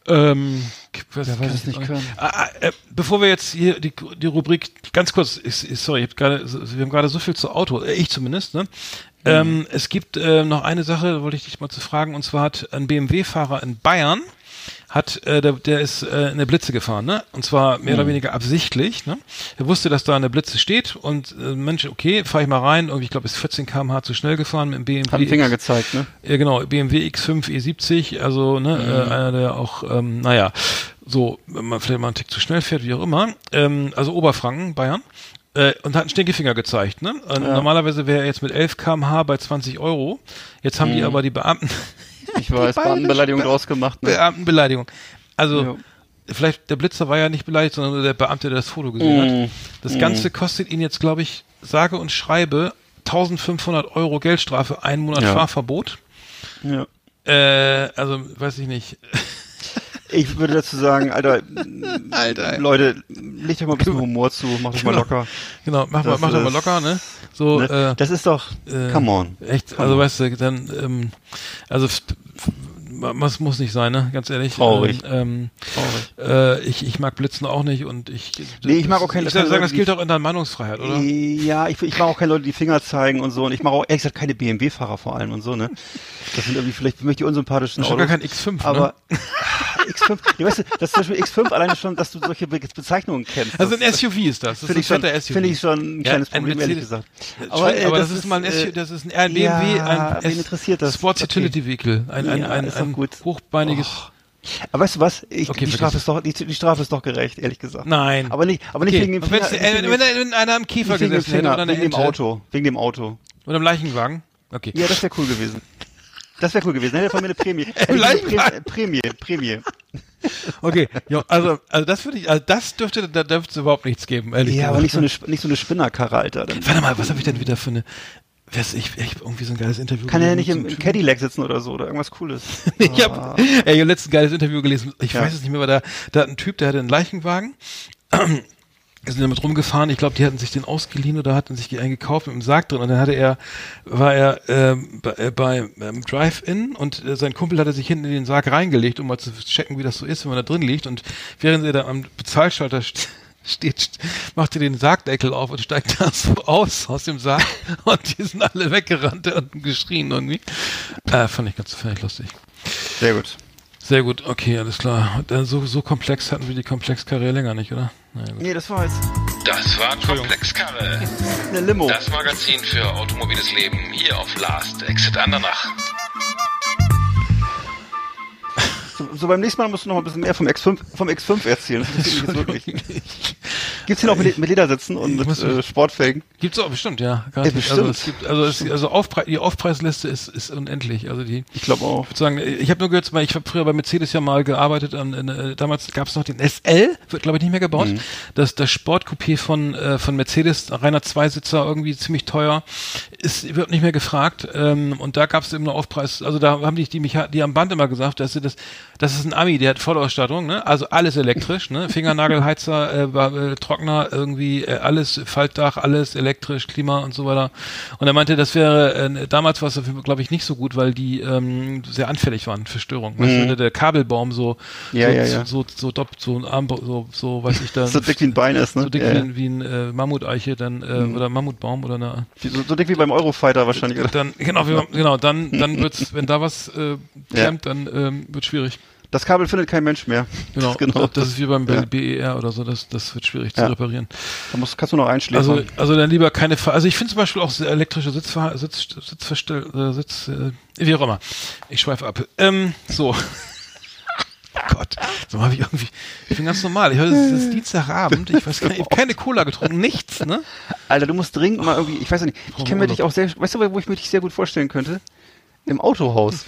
Ähm, was Wer weiß es nicht können. Ah, äh, bevor wir jetzt hier die, die Rubrik, ganz kurz, ich, ich, sorry, ich hab grade, wir haben gerade so viel zu Auto, äh, ich zumindest, ne? Mhm. Ähm, es gibt äh, noch eine Sache, wollte ich dich mal zu fragen, und zwar hat ein B M W-Fahrer in Bayern, hat, äh, der, der ist äh, in eine Blitze gefahren, ne? Und zwar mehr mhm. oder weniger absichtlich, ne? Er wusste, dass da eine Blitze steht und äh, Mensch, okay, fahr ich mal rein, irgendwie, ich glaube, ist vierzehn Kilometer pro Stunde zu schnell gefahren mit dem B M W. Hat den Finger gezeigt, ne? Ja, genau, B M W X fünf E siebzig, also, ne, mhm. äh, einer, der auch, ähm, naja, so, wenn man vielleicht mal einen Tick zu schnell fährt, wie auch immer, ähm, also Oberfranken, Bayern. Äh, und hat einen Stinkefinger gezeigt, ne? Ja. Normalerweise wäre er jetzt mit elf Kilometer pro Stunde bei zwanzig Euro. Jetzt haben mhm. die aber die Beamten Ich weiß, Beamtenbeleidigung draus gemacht. Ne? Beamtenbeleidigung. Also, ja. vielleicht, der Blitzer war ja nicht beleidigt, sondern nur der Beamte, der das Foto gesehen mm. hat. Das mm. Ganze kostet ihn jetzt, glaube ich, sage und schreibe eintausendfünfhundert Euro Geldstrafe, einen Monat ja. Fahrverbot. Ja. Äh, also, weiß ich nicht. Ich würde dazu sagen, Alter, Alter Leute, legt euch mal ein bisschen Humor zu, macht euch mal locker. Genau, mach mal, mach doch mal locker, ne? So, ne? äh, das ist doch, äh, come on. Echt, come also on. weißt du, dann, ähm, also, was muss nicht sein, ne? Ganz ehrlich. Traurig. Ähm, Traurig. Äh, ich, ich mag Blitzen auch nicht und ich. Nee, ich mag auch keine Ich würde sagen, das Leute, gilt auch in der Meinungsfreiheit, oder? Ja, ich, ich mag auch keine Leute, die Finger zeigen und so. Und ich mag auch, ehrlich gesagt, keine B M W-Fahrer vor allem und so, ne? Das sind irgendwie vielleicht für mich die unsympathischen Autos. Schon gar kein X fünf, aber ne? X fünf, ja, weißt du, das ist zum Beispiel X fünf alleine schon, dass du solche Be Bezeichnungen kennst. Also ein S U V ist das. Das finde ich, schon, S U V. find ich schon ein kleines ja, ein Problem, ehrlich gesagt. Aber, äh, aber das, das ist mal ein S U V, das ist ein B M W, ja, ein wen interessiert das? Sports okay. Utility Vehicle, ein, ein, ja, ein, ein hochbeiniges. Oh. Aber weißt du was? Ich, okay, die Strafe ist doch, die, die Strafe ist doch gerecht, ehrlich gesagt. Nein. Aber nicht, aber nicht okay. wegen dem Finger. Äh, wenn, wenn einer am Käfer gesessen Finger, hätte oder wegen dem Auto, wegen dem Auto. Oder im Leichenwagen. Okay. Ja, das wäre cool gewesen. Das wäre cool gewesen. Hätte von mir eine Prämie. Im Leichenwagen? Prämie, Prämie. Okay, ja, also, also das würde ich, also das dürfte, da dürfte es überhaupt nichts geben, ehrlich ja, gesagt. aber nicht so eine, nicht so eine Spinnerkarre, Alter. Dann Warte mal, was habe ich denn wieder für eine, was, ich, ich irgendwie so ein geiles Interview. Kann er ja nicht im, im Cadillac sitzen oder so, oder irgendwas Cooles. ich habe ey, ich hab letztens ein geiles Interview gelesen, ich ja. weiß es nicht mehr, aber da, da hat ein Typ, der hatte einen Leichenwagen, wir sind damit rumgefahren, ich glaube, die hatten sich den ausgeliehen oder hatten sich einen gekauft mit einem Sarg drin und dann hatte er, war er ähm, bei, äh, bei ähm, Drive-In und äh, sein Kumpel hatte sich hinten in den Sarg reingelegt, um mal zu checken, wie das so ist, wenn man da drin liegt und während er da am Bezahlschalter st- steht, macht er den Sargdeckel auf und steigt da so aus, aus dem Sarg und die sind alle weggerannt und geschrien irgendwie. Äh, fand ich ganz fand ich lustig. Sehr gut. Sehr gut, okay, alles klar. So, so komplex hatten wir die Komplexkarre länger nicht, oder? Naja, gut. Nee, das war jetzt. Das war Komplexkarre. Eine Limo. Das Magazin für automobiles Leben hier auf Last Exit Andernach. So, so beim nächsten Mal musst du noch ein bisschen mehr vom X fünf, vom X fünf erzählen. Das interessiert mich jetzt wirklich. Gibt's hier noch mit, mit Ledersitzen und mit äh, Sportfelgen? Gibt's auch bestimmt, ja. Ja, bestimmt. Also es gibt, also es, also Aufpre- die Aufpreisliste ist, ist unendlich. Also die. Ich glaube auch. Ich würde sagen, ich habe nur gehört, ich habe früher bei Mercedes ja mal gearbeitet. An, in, äh, damals gab es noch den S L, wird glaube ich nicht mehr gebaut. Mhm. Das das Sportcoupé von äh, von Mercedes, reiner Zweisitzer, irgendwie ziemlich teuer, ist wird nicht mehr gefragt. Ähm, und da gab es eben eine Aufpreis. Also da haben die die mich die am Band immer gesagt, dass sie das das ist ein Ami, der hat Vollausstattung, ne? Also alles elektrisch, ne? Fingernagelheizer, äh, äh, Trockner, irgendwie äh, alles, Faltdach, alles elektrisch, Klima und so weiter. Und er meinte, das wäre, äh, damals war es glaube ich nicht so gut, weil die ähm, sehr anfällig waren für Störungen. Mhm. Weißt du, der Kabelbaum so, ja, so, ja, ja. so, so, so, so ein Arm, so, so, weiß ich da. so dick wie ein Bein ist, ne? So dick ja, wie, ja. wie ein äh, Mammuteiche dann, äh, mhm. oder Mammutbaum oder eine. So, so dick wie beim Eurofighter wahrscheinlich, oder? Dann, genau, wie, genau, dann, dann wird's, wenn da was äh, klemmt, ja. dann ähm, wird schwierig. Das Kabel findet kein Mensch mehr. Genau, das, genau. das ist wie beim ja. B E R oder so, das, das wird schwierig ja. zu reparieren. Da musst, kannst du noch einschläfern. Also, also dann lieber keine, Ver- also ich finde zum Beispiel auch elektrische Sitzver- Sitz, Sitzverstell, äh, Sitz, äh, wie auch immer. Ich schweife ab. Ähm, so. Gott, so habe ich irgendwie, ich bin ganz normal. Ich höre, es ist Dienstagabend, ich weiß gar nicht, ich habe keine Cola getrunken, nichts, ne? Alter, du musst dringend mal irgendwie, ich weiß nicht, ich kann mir dich auch sehr, weißt du, wo ich mir dich sehr gut vorstellen könnte? Im Autohaus.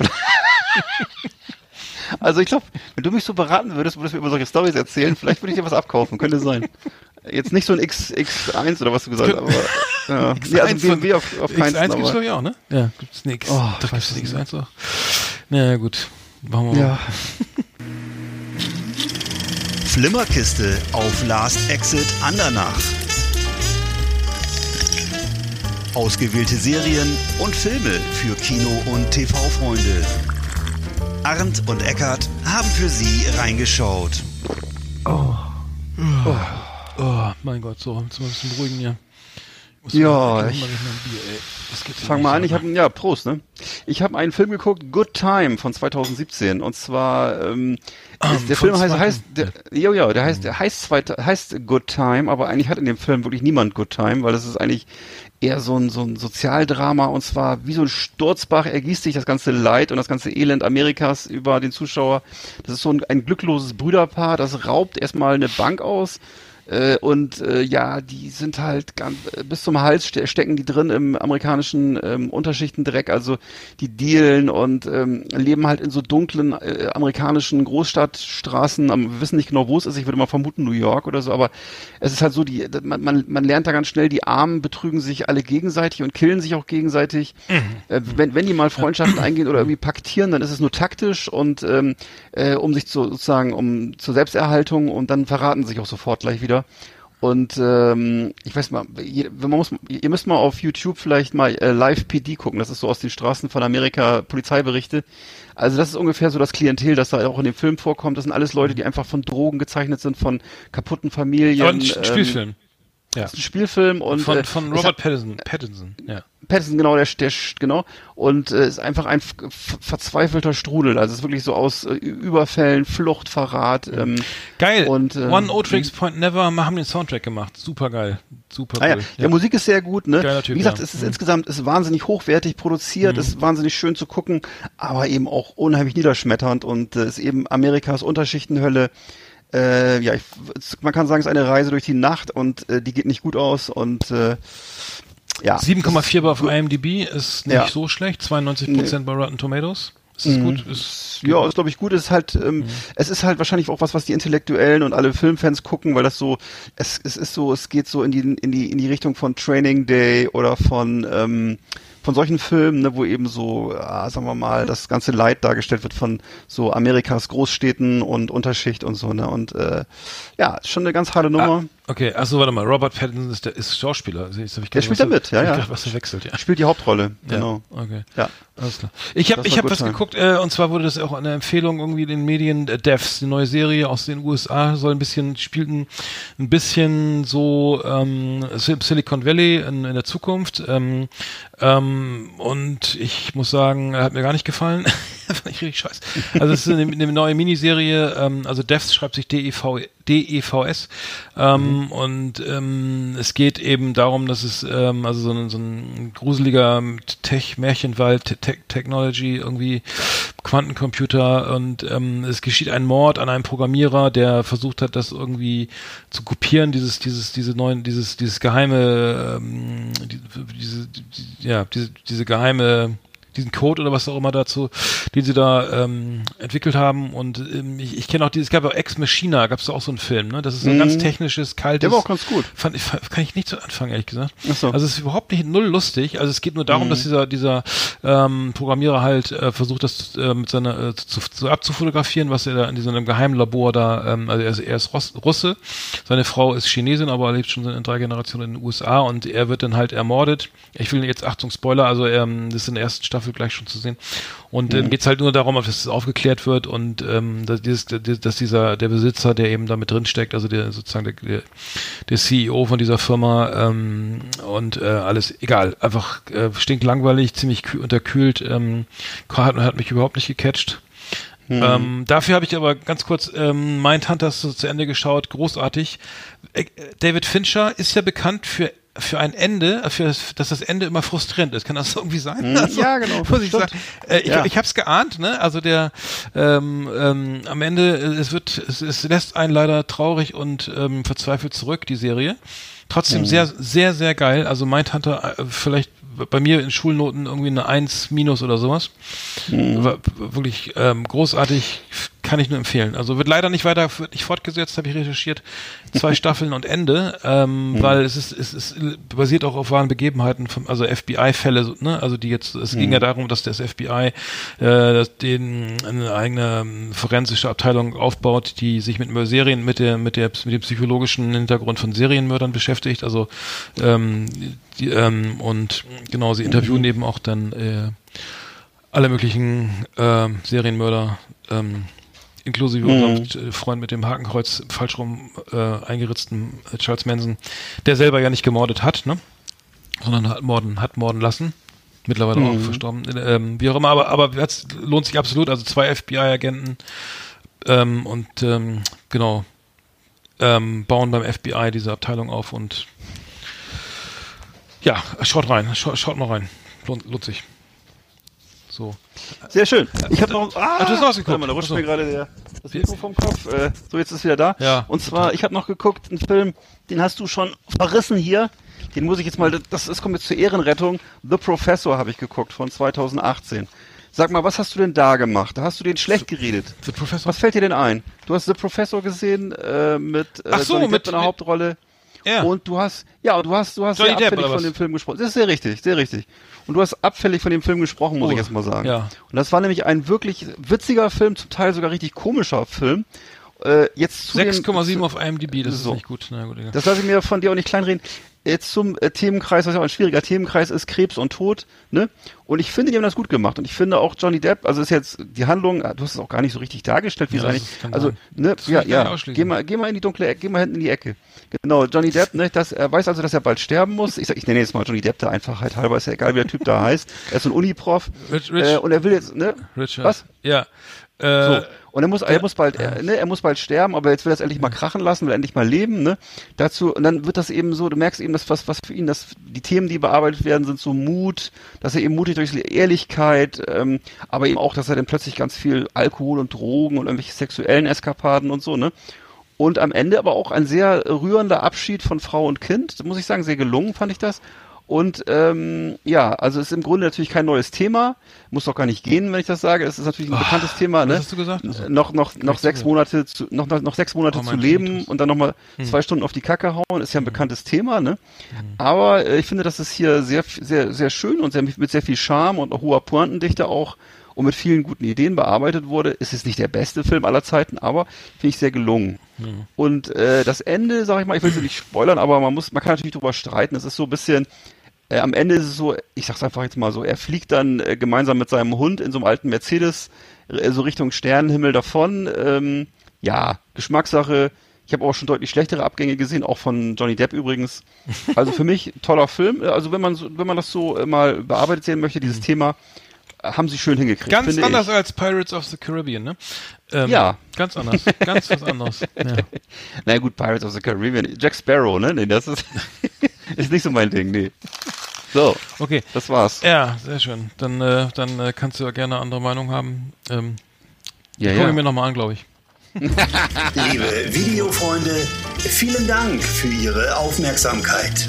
Also ich glaube, wenn du mich so beraten würdest, würdest du mir über solche Storys erzählen, vielleicht würde ich dir was abkaufen, könnte sein. Jetzt nicht so ein X, X eins oder was du gesagt hast, aber ja. X eins Nee, also B M W auf, auf keinen X eins gibt's doch ja auch, ne? Ja, gibt's nix. Oh, da gibt's ein X eins auch. Naja, gut. Machen wir ja. mal. Flimmerkiste auf Last Exit Andernach. Ausgewählte Serien und Filme für Kino- und T V-Freunde. Arndt und Eckart haben für Sie reingeschaut. Oh. Oh. Oh, mein Gott, so, jetzt mal ein bisschen beruhigen hier. Ja, ich, mal ein Bier, ey. Das geht fang mal an, ich habe ja, Prost, ne? Ich habe einen Film geguckt, Good Time von zwanzig siebzehn und zwar ähm, um, ist, der Film heißt heißt der, ja, ja, der heißt der heißt zweit, heißt Good Time, aber eigentlich hat in dem Film wirklich niemand Good Time, weil das ist eigentlich eher so ein so ein Sozialdrama und zwar wie so ein Sturzbach ergießt sich das ganze Leid und das ganze Elend Amerikas über den Zuschauer. Das ist so ein, ein glückloses Brüderpaar, das raubt erstmal eine Bank aus. Äh, und äh, ja, die sind halt ganz, äh, bis zum Hals ste- stecken die drin im amerikanischen ähm, Unterschichtendreck, also die dealen und ähm, leben halt in so dunklen äh, amerikanischen Großstadtstraßen. Ähm, wir wissen nicht genau, wo es ist, ich würde mal vermuten New York oder so, aber es ist halt so, die man, man, man lernt da ganz schnell, die Armen betrügen sich alle gegenseitig und killen sich auch gegenseitig. Mhm. Äh, wenn, wenn die mal Freundschaften eingehen oder irgendwie paktieren, dann ist es nur taktisch und ähm, äh, um sich zu, sozusagen um zur Selbsterhaltung und dann verraten sich auch sofort gleich wieder. Und ähm, ich weiß mal, ihr, man muss, ihr müsst mal auf YouTube vielleicht mal äh, Live P D gucken. Das ist so aus den Straßen von Amerika Polizeiberichte. Also das ist ungefähr so das Klientel, das da auch in dem Film vorkommt. Das sind alles Leute, die einfach von Drogen gezeichnet sind, von kaputten Familien. Aber ein Spielfilm. Ähm, ja. Das ist ein Spielfilm und von, äh, von Robert Pattinson. Pattinson, ja. Pattinson, genau, der, der genau. Und äh, ist einfach ein f- verzweifelter Strudel. Also es ist wirklich so aus äh, Überfällen, Flucht, Verrat. Ähm, geil. Und, ähm, One O-Tricks Point Never haben den Soundtrack gemacht. Super geil. Super ah, cool. ja. ja, ja, Musik ist sehr gut, ne? Geiler Typ, Wie gesagt, ja. es ist mhm. insgesamt ist wahnsinnig hochwertig produziert, Mhm. ist wahnsinnig schön zu gucken, aber eben auch unheimlich niederschmetternd und äh, ist eben Amerikas Unterschichtenhölle. Äh, ja, ich, man kann sagen, es ist eine Reise durch die Nacht und äh, die geht nicht gut aus und äh, ja. sieben Komma vier auf I M D B ist nicht ja. so schlecht, zweiundneunzig Prozent nee. bei Rotten Tomatoes. Ist das mhm. gut? Ist ja, ist glaube ich gut. Es ist halt, ähm, mhm. es ist halt wahrscheinlich auch was, was die Intellektuellen und alle Filmfans gucken, weil das so, es, es ist so, es geht so in die in die in die Richtung von Training Day oder von ähm, von solchen Filmen, ne, wo eben so, ja, sagen wir mal, das ganze Leid dargestellt wird von so Amerikas Großstädten und Unterschicht und so, ne, und äh, ja, ist schon eine ganz harte Nummer. Ah, okay, achso, warte mal, Robert Pattinson ist, der, ist Schauspieler. Also jetzt hab ich der spielt da mit, ja, ja. Was verwechselt, ja. Spielt die Hauptrolle, genau. Ja, okay. Ja. Alles klar. Ich habe ich hab was geguckt, äh, und zwar wurde das auch eine Empfehlung irgendwie in den Medien, äh, Devs, die neue Serie aus den U S A, soll ein bisschen, spielt ein, ein bisschen so ähm, Silicon Valley in, in der Zukunft, ähm, ähm, und ich muss sagen, hat mir gar nicht gefallen. Fand ich richtig scheiße. Also es ist eine, eine neue Miniserie, ähm, also Devs schreibt sich D E V D E V S, ähm, mhm. und ähm, es geht eben darum, dass es ähm, also so ein, so ein gruseliger Tech-Märchenwald, Tech Technology, irgendwie Quantencomputer, und ähm, es geschieht ein Mord an einem Programmierer, der versucht hat, das irgendwie zu kopieren, dieses dieses diese neuen dieses dieses geheime ähm, die, diese die, ja diese diese geheime diesen Code oder was auch immer dazu, den sie da ähm, entwickelt haben, und ähm, ich, ich kenne auch dieses, es gab auch Ex Machina, gab es auch so einen Film, ne? Das ist so ein mhm. ganz technisches, kaltes. Der war auch ganz gut. Fand ich, kann ich nicht so anfangen, ehrlich gesagt. Ach so. Also es ist überhaupt nicht null lustig. Also es geht nur darum, mhm. dass dieser dieser ähm, Programmierer halt äh, versucht, das äh, mit seiner äh, zu, zu abzufotografieren, was er da in diesem geheimen Labor da, ähm, also er ist, er ist Russ, Russe, seine Frau ist Chinesin, aber er lebt schon in drei Generationen in den U S A, und er wird dann halt ermordet. Ich will jetzt, Achtung, Spoiler, also ähm, das ist in der ersten Staffel gleich schon zu sehen. Und dann mhm. geht's halt nur darum, dass es aufgeklärt wird, und ähm, dass, dieses, dass dieser der Besitzer, der eben da mit drin steckt, also der sozusagen der, der C E O von dieser Firma, ähm, und äh, alles egal, einfach äh, stinklangweilig, ziemlich kühl, unterkühlt, ähm, hat, hat mich überhaupt nicht gecatcht. Mhm. Ähm, dafür habe ich aber ganz kurz ähm, Mindhunters so zu Ende geschaut, großartig. Äh, David Fincher ist ja bekannt für für ein Ende, für das, dass das Ende immer frustrierend ist. Kann das irgendwie sein? Also, ja, genau. Muss ich sagen. Äh, ich, ja. ich habe es geahnt, ne? Also der ähm, ähm, am Ende, es wird, es, es lässt einen leider traurig und ähm, verzweifelt zurück, die Serie. Trotzdem mhm. sehr, sehr, sehr geil. Also Mindhunter, äh, vielleicht bei mir in Schulnoten irgendwie eine eins minus oder sowas. Mhm. War wirklich ähm, großartig, kann ich nur empfehlen. Also wird leider nicht weiter, wird nicht fortgesetzt, habe ich recherchiert. Zwei Staffeln und Ende, ähm, mhm. weil es ist, es ist basiert auch auf wahren Begebenheiten, von, also F B I-Fälle, ne? Also die jetzt, es mhm. ging ja darum, dass das F B I äh, den eine eigene forensische Abteilung aufbaut, die sich mit Serien, mit der, mit der, mit dem psychologischen Hintergrund von Serienmördern beschäftigt. Also ähm, die, ähm, und genau, sie interviewen mhm. eben auch dann äh, alle möglichen ähm, Serienmörder, ähm, inklusive Mhm. unserem Freund mit dem Hakenkreuz falsch rum äh, eingeritzten äh, Charles Manson, der selber ja nicht gemordet hat, ne? Sondern hat morden, hat morden lassen. Mittlerweile Mhm. auch verstorben. Ähm, wie auch immer, aber, aber es lohnt sich absolut. Also zwei F B I-Agenten ähm, und ähm, genau ähm, bauen beim F B I diese Abteilung auf und ja, schaut rein, schaut, schaut mal rein. Lohnt, lohnt sich. So. Sehr schön. Ich habe noch. Ah, Ach, du hast noch was geguckt. warte mal, da rutscht Ach so. mir gerade der, das Mikro vom Kopf. Äh, so, jetzt ist es wieder da. Ja. Und zwar, ich habe noch geguckt, einen Film, den hast du schon verrissen hier. Den muss ich jetzt mal, das, das kommt jetzt zur Ehrenrettung. The Professor habe ich geguckt von zweitausendachtzehn. Sag mal, was hast du denn da gemacht? Da hast du den schlecht geredet. The Professor? Was fällt dir denn ein? Du hast The Professor gesehen äh, mit äh, Ach so, Johnny Depp mit- in der mit- Hauptrolle. Ja. Und du hast, ja, du hast, du hast Johnny sehr Depp, abfällig oder von was? dem Film gesprochen. Das ist sehr richtig, sehr richtig. Und du hast abfällig von dem Film gesprochen, muss Oh, ich jetzt mal sagen. ja. Und das war nämlich ein wirklich witziger Film, zum Teil sogar richtig komischer Film. Äh, jetzt zu dem- sechs Komma sieben auf I M D B, das So. ist nicht gut. Na gut, egal. Das lasse ich mir von dir auch nicht kleinreden. Jetzt zum äh, Themenkreis, was ja auch ein schwieriger Themenkreis ist, Krebs und Tod, ne? Und ich finde, die haben das gut gemacht. Und ich finde auch Johnny Depp, also ist jetzt die Handlung, du hast es auch gar nicht so richtig dargestellt, wie Ja, es das eigentlich, kann also, sein. ne, Das will ja, ich gar nicht ja, ausschließen. geh mal, geh mal in die dunkle Ecke, geh mal hinten in die Ecke. Genau, Johnny Depp, ne, das, er weiß also, dass er bald sterben muss. Ich sag, ich nenne jetzt mal Johnny Depp der Einfachheit halber, ist ja egal, wie der Typ da heißt. Er ist so ein Uniprof. Rich, Rich, Äh, und er will jetzt, ne? Richard. Was? Ja. Äh, So. Und er muss, er muss bald, er, ne, er muss bald sterben, aber jetzt will er es endlich mal krachen lassen, will endlich mal leben, ne? Dazu, und dann wird das eben so, du merkst eben, dass was, was für ihn, das, die Themen, die bearbeitet werden, sind so Mut, dass er eben mutig durch Ehrlichkeit, ähm, aber eben auch, dass er dann plötzlich ganz viel Alkohol und Drogen und irgendwelche sexuellen Eskapaden und so, ne? Und am Ende aber auch ein sehr rührender Abschied von Frau und Kind, muss ich sagen, sehr gelungen fand ich das. Und ähm, ja, also ist im Grunde natürlich kein neues Thema, muss doch gar nicht gehen, wenn ich das sage. Es ist natürlich ein Oh, bekanntes Thema, ne? was hast du gesagt? Also, noch noch noch ich sechs zugehört. Monate zu, noch noch noch sechs Monate Oh, zu mein leben Tinnitus. und dann noch mal Hm. zwei Stunden auf die Kacke hauen, ist ja ein bekanntes Thema, ne? Aber äh, ich finde, dass es hier sehr sehr sehr schön und sehr, mit sehr viel Charme und hoher Pointendichte auch und mit vielen guten Ideen bearbeitet wurde. Es ist nicht der beste Film aller Zeiten, aber finde ich sehr gelungen. Hm. Und äh, das Ende, sag ich mal, ich will es nicht spoilern, aber man muss, man kann natürlich drüber streiten. Es ist so ein bisschen, äh, am Ende ist es so, ich sag's einfach jetzt mal so, er fliegt dann äh, gemeinsam mit seinem Hund in so einem alten Mercedes äh, so Richtung Sternenhimmel davon. Ähm, ja, Geschmackssache. Ich habe auch schon deutlich schlechtere Abgänge gesehen, auch von Johnny Depp übrigens. Also für mich toller Film. Also wenn man so, wenn man das so äh, mal bearbeitet sehen möchte, dieses Thema, äh, haben sie schön hingekriegt. Ganz finde anders ich. als Pirates of the Caribbean, ne? Ähm, Ja. Ganz anders. Ganz was anderes. Ja. Na gut, Pirates of the Caribbean. Jack Sparrow, ne? Nee, das ist, ist nicht so mein Ding, nee. So, Okay. das war's. Ja, sehr schön. Dann, äh, dann äh, kannst du ja gerne andere Meinung haben. Ähm, Ja, Guck ja. ich mir nochmal an, glaube ich. Liebe Videofreunde, vielen Dank für Ihre Aufmerksamkeit.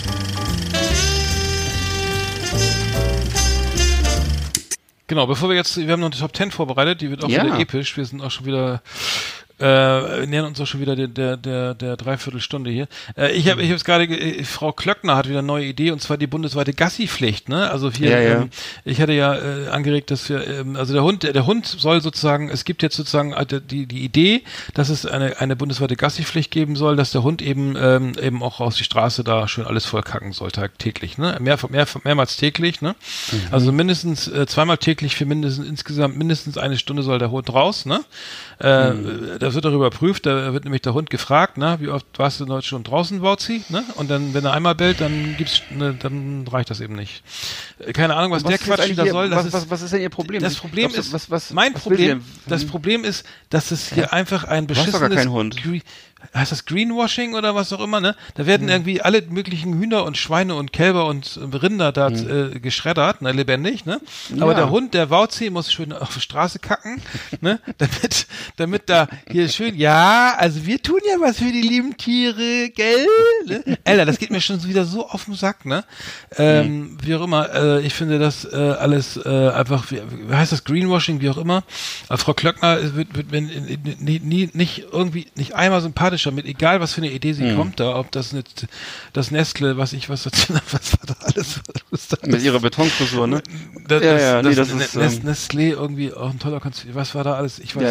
Genau, bevor wir jetzt, wir haben noch eine Top Ten vorbereitet, die wird auch Ja. wieder episch. Wir sind auch schon wieder, äh, wir nähern uns auch schon wieder der, der, der, der Dreiviertelstunde hier. Äh, ich habe, ich habe es gerade, ge- äh, Frau Klöckner hat wieder eine neue Idee und zwar die bundesweite Gassi-Pflicht, ne? Also hier, Ja, ja. Ähm, ich hatte ja äh, angeregt, dass wir, ähm, also der Hund, der, der Hund soll sozusagen, es gibt jetzt sozusagen äh, die, die Idee, dass es eine, eine bundesweite Gassi-Pflicht geben soll, dass der Hund eben, ähm, eben auch aus die Straße da schön alles voll kacken soll, tagtäglich, ne? Mehr, mehr, mehrmals täglich, ne? Also mindestens äh, zweimal täglich für mindestens, insgesamt mindestens eine Stunde soll der Hund raus, ne? Äh, Das wird darüber überprüft, da wird nämlich der Hund gefragt, ne? Wie oft warst du heute schon draußen, Wauzi, ne? Und dann, wenn er einmal bellt, dann gibt's, ne, dann reicht das eben nicht. Äh, Keine Ahnung, was, Was der ist jetzt Quatsch eigentlich da hier- soll, das was, ist, was, was ist denn Ihr Problem? das Problem Glaubst du, ist, was, was, mein was will Problem, sie denn? das Problem ist, dass es hier einfach ein Du hast doch beschissenes, gar keinen Hund. Gre- heißt das Greenwashing oder was auch immer, ne? Da werden irgendwie alle möglichen Hühner und Schweine und Kälber und äh, Rinder da äh, geschreddert, ne, lebendig, ne? Aber Ja. der Hund, der Wauzi, muss schön auf die Straße kacken, ne? Damit, damit da hier schön, ja, also wir tun ja was für die lieben Tiere, gell? Ne? Alter, das geht mir schon wieder so auf den Sack, ne? Ähm, wie auch immer, äh, ich finde das äh, alles äh, einfach, wie, wie heißt das, Greenwashing, wie auch immer. Aber Frau Klöckner wird, wird mir nie, nie, nicht irgendwie, nicht einmal sympathischer mit, egal was für eine Idee sie kommt da, ob das nicht, das Nestle, was ich, was, was war da alles, was da Mit ihrer Betonfrisur, ne? das, Ja, das, ja, nee, das, das ist, Nes- ähm, Nestlé irgendwie auch ein toller Konzert, was war da alles, ich weiß Ja, nicht ja. mehr.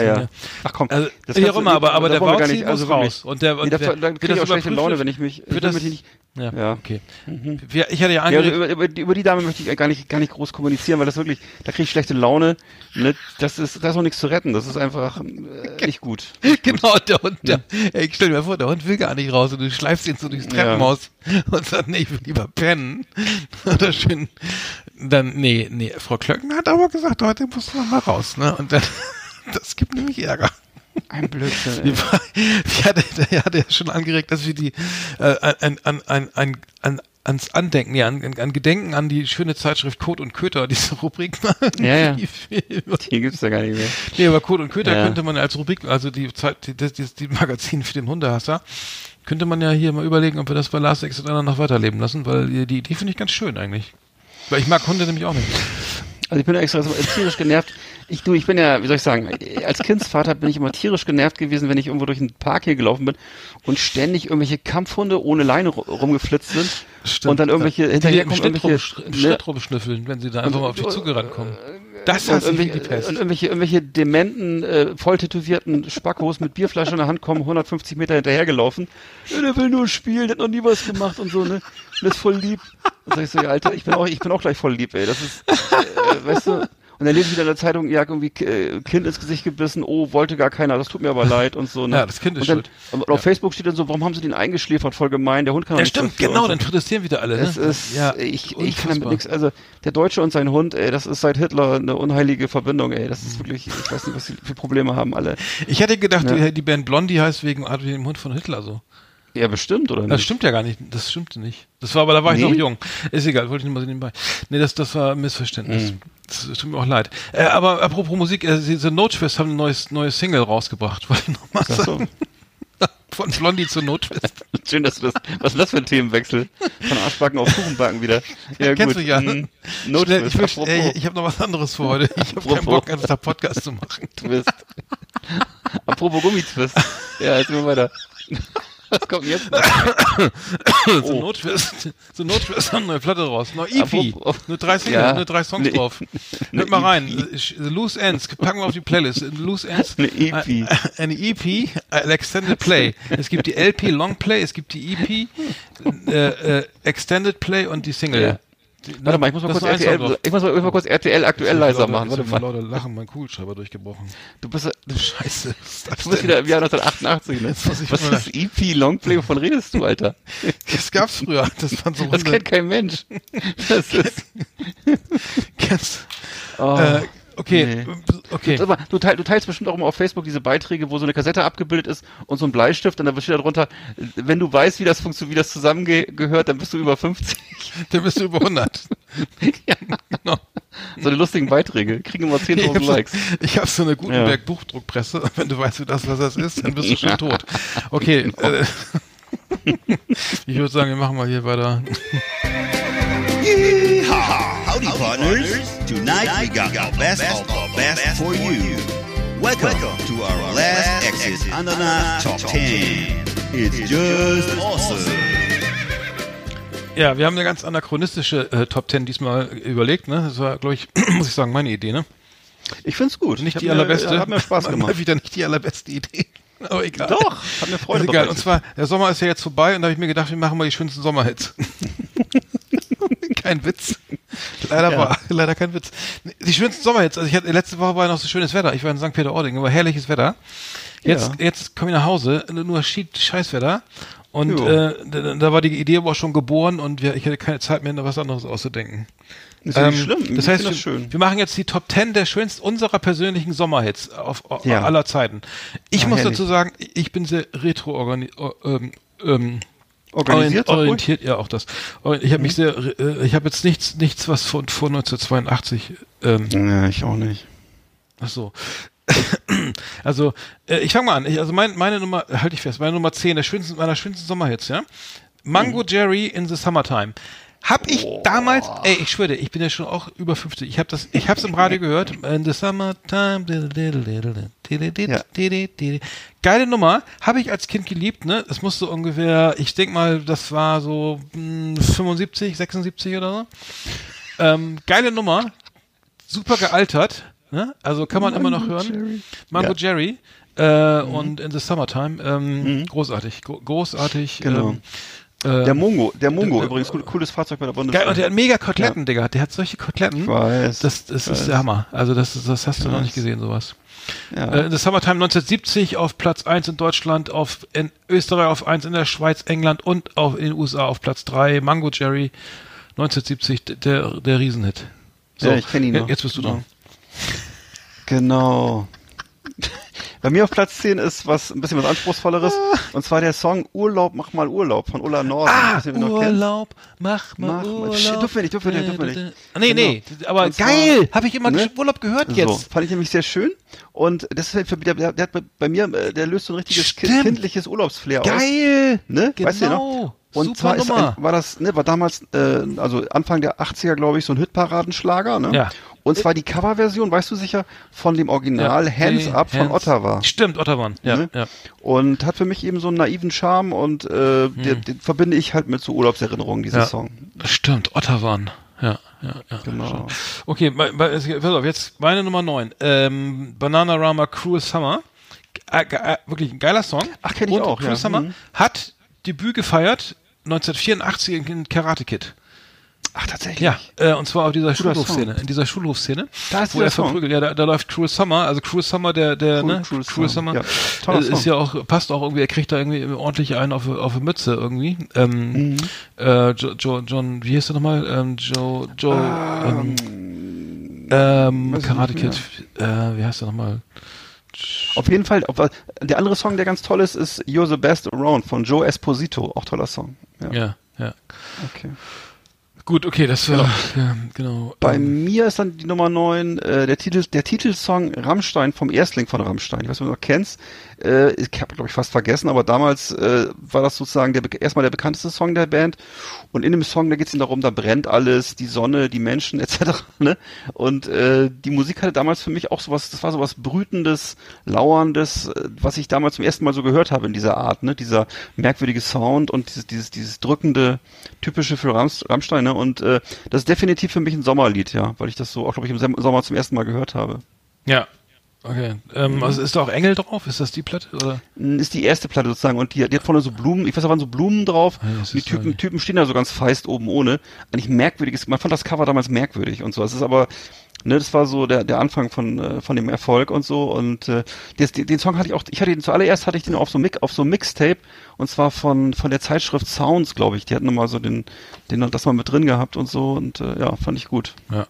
Ach komm, also, das wie kannst auch du- immer, aber, aber da der wollen wir gar Bauzi nicht- muss also raus. wirklich. Und der, und Nee, da, wer- da wird kriege ich das auch schlechte überprüft? Laune, wenn ich mich, ich Wird will das- mit die nicht, Ja, ja. okay. Wir, ich hatte ja Ja, also ange... über, über, die- über die Dame möchte ich gar nicht, gar nicht groß kommunizieren, weil das wirklich, da kriege ich schlechte Laune. Ne? Das ist, da ist noch nichts zu retten. Das ist einfach äh, nicht gut. Genau, der Hund, der, ey, ich stell dir mal vor, der Hund will gar nicht raus und du schleifst ihn so durchs Treppenhaus und sagst, nee, ich will lieber pennen. Oder schön, dann, nee, nee, Frau Klöcken hat aber gesagt, heute musst du noch mal raus, ne, und dann, das gibt nämlich Ärger. Ein Blödsinn. Wie, war- wie hatte, der hatte ja schon angeregt, dass wir die, äh, ein, ein, ein, ein, ein, ans Andenken, ja, an, an Gedenken an die schöne Zeitschrift Kot und Köter, diese Rubrik machen. Ja, ja. Die, Die gibt's ja gar nicht mehr. Nee, aber Kot und Köter Ja. könnte man als Rubrik, also die Zeit, die, das, die, die Magazin für den Hundehasser, könnte man ja hier mal überlegen, ob wir das bei Last Exit noch weiterleben lassen, weil die, die Idee finde ich ganz schön eigentlich. Weil ich mag Hunde nämlich auch nicht. Also ich bin ja extra so tierisch genervt. Ich, du, ich bin ja, wie soll ich sagen, als Kindsvater bin ich immer tierisch genervt gewesen, wenn ich irgendwo durch einen Park hier gelaufen bin und ständig irgendwelche Kampfhunde ohne Leine ru- rumgeflitzt sind. Stimmt. Und dann irgendwelche, Die hinterher im kommen Schritt, irgendwelche, rum, im ne, Schritt rumschnüffeln, wenn sie da einfach mal auf dich zugerannt kommen. Das und hasse ich wie die irgendwelche, Pest. und irgendwelche, irgendwelche dementen, äh, voll tätowierten Spackos mit Bierflasche in der Hand kommen, hundertfünfzig Meter hinterhergelaufen. Ja, der will nur spielen, der hat noch nie was gemacht und so, ne? Und ist voll lieb. Und sag ich so, ja, Alter, ich bin auch, ich bin auch gleich voll lieb, ey. Das ist, äh, weißt du, und dann lese ich wieder in der Zeitung, ja, irgendwie äh, Kind ins Gesicht gebissen, oh, wollte gar keiner, das tut mir aber leid und so, ne? Ja, das Kind ist und dann, schuld. Und auf Facebook steht dann so, warum haben sie den eingeschläfert, voll gemein, der Hund kann doch Ja, nichts stimmt, dafür genau, und so. dann protestieren wieder alle. Ne? Es ist, ja, ich, ich kann damit unfassbar. nichts, also der Deutsche und sein Hund, ey, das ist seit Hitler eine unheilige Verbindung, ey, das Mhm. ist wirklich, ich weiß nicht, was sie für Probleme haben alle. Ich hätte gedacht, Ja. die, die Band Blondie heißt wegen hat dem Hund von Hitler so. Ja, bestimmt, oder nicht? Das stimmt ja gar nicht. Das stimmte nicht. Das war, aber da war ich Nee? noch jung. Ist egal, wollte ich nur mal nebenbei. Nee, das, das war ein Missverständnis. Mhm. Das, das tut mir auch leid. Äh, aber apropos Musik, äh, diese Notfest haben ein neues, neues Single rausgebracht. Wollte ich noch mal Ach so. sagen. Von Blondie zu Notfest. Schön, dass du das, was ist das für ein Themenwechsel? Von Arschbacken auf Kuchenbacken wieder. Ja, Kennst gut. du ja. Mhm. Schnell, Notfest, ich möchte, apropos. ey, ich habe noch was anderes für heute. Ich habe keinen Apropos. Bock, einen Tag Podcast zu machen. Twist. Apropos Gummitwist. Ja, jetzt sind wir weiter. Was kommt denn jetzt? So Notfest, so Notfest haben eine neue Platte raus. Neue E P. Apropos- Nur drei Singles, Ja. nur drei Songs Ne- drauf. ne Hört mal E P. rein. The Loose Ends, packen wir auf die Playlist. Loose Ends. Eine E P. Äh, Eine E P, ein Extended Play. Es gibt die L P Long Play, es gibt die E P, äh, äh, Extended Play und die Single. Ja. Die, Warte mal, ich muss mal das kurz ist R T ein Song L, drauf. ich muss mal, ich muss mal kurz R T L aktuell leiser Leute, machen. Warte jetzt mal. Leute lachen, mein Kugelschreiber durchgebrochen. Du bist, du, Scheiße. was ist das du bist denn? wieder im Jahr neunzehnhundertachtundachtzig, ne? muss ich Was mal- ist E P Longplay? Wovon redest du, Alter? Das gab's früher. Das waren so Das Hunde. kennt kein Mensch. Das ist, Kennst- oh. äh, okay, nee. okay. Aber du, teil, du teilst bestimmt auch immer auf Facebook diese Beiträge, wo so eine Kassette abgebildet ist und so ein Bleistift und da steht da drunter, wenn du weißt, wie das funktioniert, wie das zusammengehört, dann bist du über fünfzig. Dann bist du über hundert. Ja. Genau. So eine lustigen Beiträge. Kriegen immer Ich zehntausend habe so, Likes. ich hab so eine Gutenberg Buchdruckpresse. Und wenn du weißt, wie das, was das ist, dann bist du schon tot. Okay. Äh, ich würde sagen, wir machen mal hier weiter. Yeehaw! Howdy, partners. Tonight we got our best of our best for you. Welcome to our last exit Ananas Top ten. It's just awesome. Ja, wir haben eine ganz anachronistische äh, Top Ten diesmal überlegt. Ne? Das war, glaube ich, muss ich sagen, meine Idee. Ne? Ich find's gut. Nicht Hat die mir- allerbeste. Hat mir Spaß Mal gemacht. wieder nicht die allerbeste Idee. Aber egal. Doch, hat mir Freude Ist egal. bereitet. Und zwar, der Sommer ist ja jetzt vorbei und da habe ich mir gedacht, wir machen mal die schönsten Sommerhits. Kein Witz. Leider Ja. war, leider kein Witz. Die schönsten Sommerhits. Also ich hatte, letzte Woche war noch so schönes Wetter. Ich war in Sankt Peter-Ording, war herrliches Wetter. Jetzt, Ja. jetzt komme ich nach Hause, nur Schied, Scheißwetter. Und Jo. äh, da, da war die Idee aber auch schon geboren und wir, ich hatte keine Zeit mehr, was anderes auszudenken. Ist ja nicht Ähm, schlimm. Das Ich heißt, find wir, das schön. wir machen jetzt die Top Ten der schönsten unserer persönlichen Sommerhits auf, auf Ja. aller Zeiten. Ich Ah, muss herrlich. dazu sagen, ich bin sehr retro organi o- ähm, ähm, Organisiert, orient- sag ruhig. orientiert, ja auch das. Ich habe mich sehr, äh, ich habe jetzt nichts, nichts was von vor neunzehnhundertzweiundachtzig. Ähm, Ja, ich auch nicht. Ach so. Also, äh, ich fange mal an. Ich, also mein, meine Nummer, halte ich fest, meine Nummer zehn, der schönsten, meiner schönsten Sommerhits, ja? Mango Jerry in the Summertime. Hab ich damals, ey, ich schwöre dir, ich bin ja schon auch über fünfzig. Ich habe das, ich hab's im Radio gehört. In the Summertime. Geile Nummer, habe ich als Kind geliebt, ne? Das musste ungefähr, ich denk mal, das war so mh, fünfundsiebzig, sechsundsiebzig oder so. Ähm, geile Nummer, super gealtert. Ne? Also kann man Mango immer noch hören. Jerry. Mango Ja. Jerry äh, mhm. und In the Summertime. Ähm, Mhm. Großartig. Gro- großartig. Genau. Ähm, äh, Der Mongo, der Mongo, der- übrigens, cool- cooles Fahrzeug bei der Bundeswehr. Geil, und der hat mega Koteletten, Digga. Der hat solche Koteletten. Ich weiß. Das, das ich ist weiß. der Hammer. Also das, das hast du Ich noch weiß. nicht gesehen, sowas. Ja. Äh, In the Summertime neunzehnhundertsiebzig auf Platz eins in Deutschland, auf in Österreich auf eins, in der Schweiz, England und auf, in den U S A auf Platz drei. Mango Jerry neunzehnhundertsiebzig, d- der, der Riesenhit. So, Ja, ich kenn ihn je- noch. Jetzt bist du Genau. dran. Genau. Bei mir auf Platz zehn ist was ein bisschen was Anspruchsvolleres. Und zwar der Song Urlaub, mach mal Urlaub von Ulla Norden. Ah, Weiß nicht, ob ihr ihn noch kennt. Urlaub, mach mal Mach mal. Urlaub. Shit, dürfen wir nicht, dürfen wir nicht, dürfen wir nicht. Ah, Nee, nee, Genau. aber Und zwar- geil, habe ich immer ne? Urlaub gehört So, jetzt. fand ich nämlich sehr schön. Und das ist halt, der, der, der hat bei, bei mir, äh, der löst so ein richtiges Stimmt. kind, kindliches Urlaubsflair aus. Geil, Ne? genau. Weißt du noch? Und Super zwar ist Nummer. ein, war das, ne, war damals, äh, also Anfang der achtziger, glaube ich, so ein Hitparadenschlager, ne? Ja. Und zwar die Coverversion, weißt du sicher, von dem Original Ja, Hands die Up von Hands- Ottawa. Stimmt, Ottawa. Ja, Ne? ja. Und hat für mich eben so einen naiven Charme und äh, den, den verbinde ich halt mit so Urlaubserinnerungen, dieser Ja. Song. Stimmt, Ottawa. Ja, ja, ja. Genau. Okay, me- me- es- pass auf, jetzt meine Nummer neun. Ähm, Bananarama Cruel Summer. Äh, ge- äh, wirklich ein geiler Song. Ach, kenn ich Und auch, Cruel ja. Summer Mhm. hat Debüt gefeiert neunzehnhundertvierundachtzig in Karate Kid. Ach, tatsächlich? Ja, äh, und zwar auf dieser Guter Schulhofszene, Song. in dieser Schulhofszene, Da ist wo dieser er Song. verprügelt. Ja, da, da läuft Cruel Summer, also Cruel Summer, der, der, Cool, ne, Cruel Cruel Summer. Summer, Ja, toller äh, ist Song. ja auch, passt auch irgendwie, er kriegt da irgendwie ordentlich einen auf, auf die Mütze irgendwie. Ähm, Mhm. äh, jo, jo, John, wie hieß der nochmal? Ähm, Joe, Joe, ähm, ähm, weiß ich Karate nicht Kid, äh, wie heißt der nochmal? Auf jeden Fall, auf, der andere Song, der ganz toll ist, ist You're the Best Around von Joe Esposito. Auch toller Song. Ja. Ja, ja. Okay. Gut, okay, das war, ja, genau. Bei ähm, mir ist dann die Nummer neun, äh, der Titel, der Titelsong Rammstein vom Erstling von Rammstein. Ich weiß nicht, ob du noch kennst. Äh, ich habe, glaube ich, fast vergessen, aber damals äh, war das sozusagen der, erstmal der bekannteste Song der Band. Und in dem Song, da geht es ihnen darum, da brennt alles, die Sonne, die Menschen et cetera. Ne? Und äh, die Musik hatte damals für mich auch sowas, das war sowas Brütendes, Lauerndes, äh, was ich damals zum ersten Mal so gehört habe in dieser Art, ne? Dieser merkwürdige Sound und dieses, dieses, dieses drückende, typische für Ramm- Rammstein, ne? Und äh, das ist definitiv für mich ein Sommerlied, ja, weil ich das so auch, glaube ich, im Sem- Sommer zum ersten Mal gehört habe. ja. Okay. Ähm, also ist da auch Engel drauf? Ist das die Platte? Oder? Ist die erste Platte sozusagen und die, die hat vorne so Blumen, ich weiß, da waren so Blumen drauf. Ja, das die ist Typen, toll. Typen stehen da so ganz feist oben ohne. Eigentlich merkwürdiges, man fand das Cover damals merkwürdig und so. Es ist aber, ne, das war so der, der Anfang von, äh, von dem Erfolg und so und äh, das, den, den Song hatte ich auch, ich hatte den zuallererst hatte ich den auf so Mix, auf so Mixtape und zwar von, von der Zeitschrift Sounds, glaube ich. Die hatten nochmal so den, den, das mal mit drin gehabt und so und äh, ja, fand ich gut. Ja.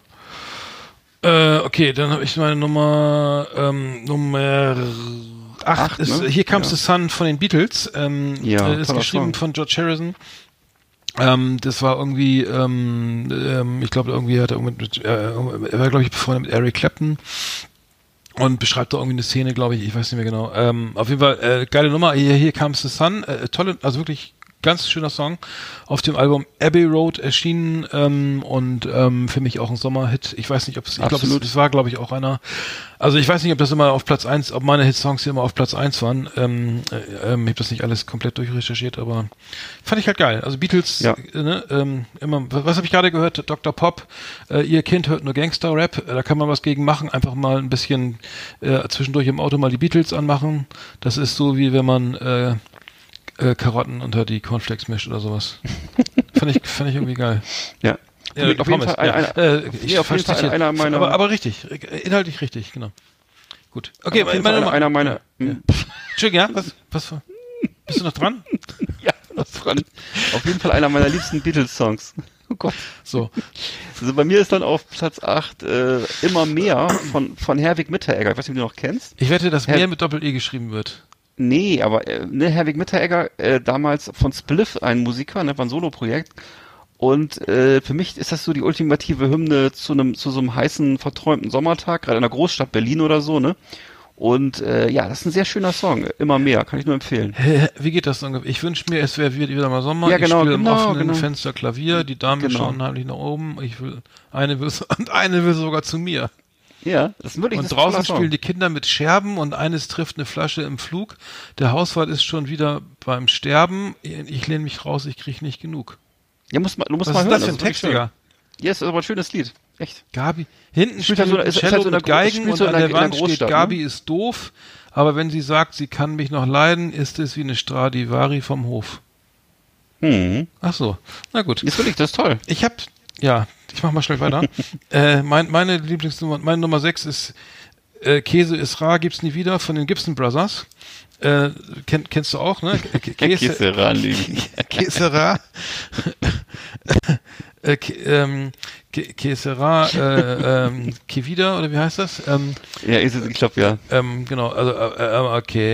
Äh, okay, dann habe ich meine Nummer ähm, Nummer acht. Acht, Ist, ne? Here Comes Ja. the Sun von den Beatles. Ähm, Ja, äh, ist toller geschrieben Song. von George Harrison. Ähm, das war irgendwie, ähm, ähm, ich glaube irgendwie hat er irgendwie mit, äh, er war glaube ich befreundet mit Eric Clapton und beschreibt da irgendwie eine Szene, glaube ich, ich weiß nicht mehr genau. Ähm, auf jeden Fall äh, geile Nummer. Here, Here Comes the Sun, äh, tolle, also wirklich ganz schöner Song. Auf dem Album Abbey Road erschienen ähm, und ähm, für mich auch ein Sommerhit. Ich weiß nicht, ob es, ich glaube, es, Absolut. es war, glaube ich, auch einer. Also ich weiß nicht, ob das immer auf Platz eins, ob meine Hitsongs hier immer auf Platz eins waren. Ähm, äh, ähm, ich habe das nicht alles komplett durchrecherchiert, aber fand ich halt geil. Also Beatles, Ja. äh, ne, ähm, immer, was, was habe ich gerade gehört? Doktor Pop, äh, ihr Kind hört nur Gangster-Rap, äh, da kann man was gegen machen, einfach mal ein bisschen äh, zwischendurch im Auto mal die Beatles anmachen. Das ist so, wie wenn man äh, äh, Karotten unter die Cornflakes mischt oder sowas. fand ich, fand ich irgendwie geil. Ja. Ja, auf jeden Pommes, Fall ein, ja. ein, Äh, ich nee, auf jeden verstehe Fall einer meiner, aber, aber richtig, äh, inhaltlich richtig, genau. Gut. Okay, auf jeden meine Fall Nummer. einer meiner, Ja. Entschuldigung, ja, was, was, war- bist du noch dran? ja, das dran. Auf jeden Fall einer meiner liebsten Beatles-Songs. Oh Gott. So. Also bei mir ist dann auf Platz acht äh, immer mehr von, von Herwig Mitteregger. Ich weiß nicht, ob du noch kennst. Ich wette, dass Herr- mehr mit Doppel-E geschrieben wird. Nee, aber äh, ne, Herwig Mitteregger, äh, damals von Spliff, ein Musiker, ne, war ein Soloprojekt. Und äh, für mich ist das so die ultimative Hymne zu einem zu so einem heißen, verträumten Sommertag, gerade in der Großstadt Berlin oder so, ne? Und äh, ja, das ist ein sehr schöner Song. Immer mehr, kann ich nur empfehlen. Hä, Wie geht das ungefähr? Ich wünsche mir, es wäre wieder mal Sommer. Ja, genau, ich spiele genau, im offenen genau. Fenster Klavier. Die Damen Genau. schauen heimlich nach oben. Ich will, eine will, und eine will sogar zu mir. Ja, das ist wirklich Und das ist ein draußen toller Song. spielen die Kinder mit Scherben und eines trifft eine Flasche im Flug. Der Hauswart ist schon wieder beim Sterben. Ich lehne mich raus, ich kriege nicht genug. Ja, muss mal, du musst Was mal ist hören. das für ein ist wirklich Text, schön. Digga? Ja, ist aber ein schönes Lied. Echt. Gabi. Hinten Spielt steht halt so- ein ist- ist halt Cello so in der mit Gro- Geigen spielt und so in an der- der in der Wand steht, Großstadt, Gabi ne? ist doof, aber wenn sie sagt, sie kann mich noch leiden, ist es wie eine Stradivari vom Hof. Hm. Ach so. Na gut. Jetzt will ich, das ist toll. Ich hab, ja, ich mach mal schnell weiter. äh, mein, meine Lieblingsnummer, meine Nummer sechs ist äh, Käse ist rar, gibt's nie wieder von den Gibson Brothers. Äh, kenn, kennst du auch, ne? K- Käse, Käse ranlegen. Käse rar. äh, Kä- ähm, Kä- Käse rar, äh, ähm, Kevida, oder wie heißt das? Ähm, Ja, ist es, ich glaube, ja. ähm, genau, also, äh, äh,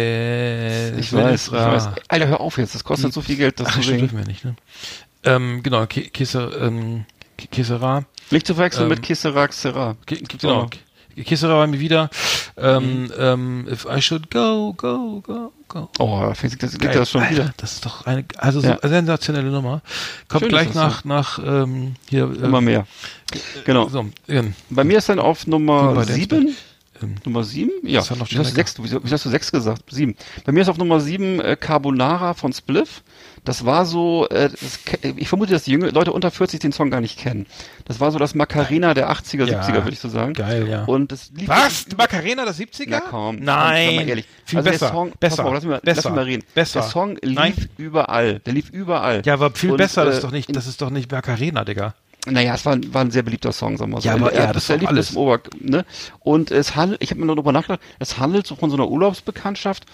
okay. Ich weiß, ich weiß. Alter, hör auf jetzt, das kostet so viel Geld, das Ach, zu stimmt, singen. dürfen wir nicht, ne? Ähm, genau, Kä- Käse, ähm, Kä- Käse rar. Nicht zu verwechseln Ähm, mit Kisserac Serra. Ge- Gibt's genau. auch noch. Kissera war mir wieder. Ähm, Mhm. ähm, if I should go, go, go, go. Oh, da fängt das, geht Geil. das schon Alter, wieder. das ist doch eine, also so Ja. eine sensationelle Nummer. Kommt Schön gleich ist das, nach, nach, ähm, hier, äh, Immer mehr. Genau. So, ähm, Bei mir ist dann auf Wie Nummer bei der sieben. ähm, Nummer sieben? Ja. Das war noch Wieso hast, du schon sechs, wieso, wieso hast du sechs gesagt? Sieben. Bei mir ist auf Nummer sieben äh, Carbonara von Spliff. Das war so, äh, das, ke- ich vermute, dass die jüngeren Leute unter vierzig den Song gar nicht kennen. Das war so das Macarena der achtziger, Ja. siebziger, würde ich so sagen. geil, ja. Und das lief Was? Macarena der siebziger? Na komm, Nein. komm, sei mal ehrlich. Viel Also der besser. Song, besser. Pass mal, lass mich mal, besser. lass mich mal reden. Besser. Der Song lief Nein. überall. Der lief überall. Ja, aber viel Und, besser. Das äh, ist doch nicht, das ist doch nicht Macarena, Digga. Naja, es war, war ein sehr beliebter Song, sagen wir mal so. Ja, aber Er- ja, das er ist lief doch alles. bis zum Ober, ne? Und es handelt, ich habe mir noch drüber nachgedacht, es handelt so von so einer Urlaubsbekanntschaft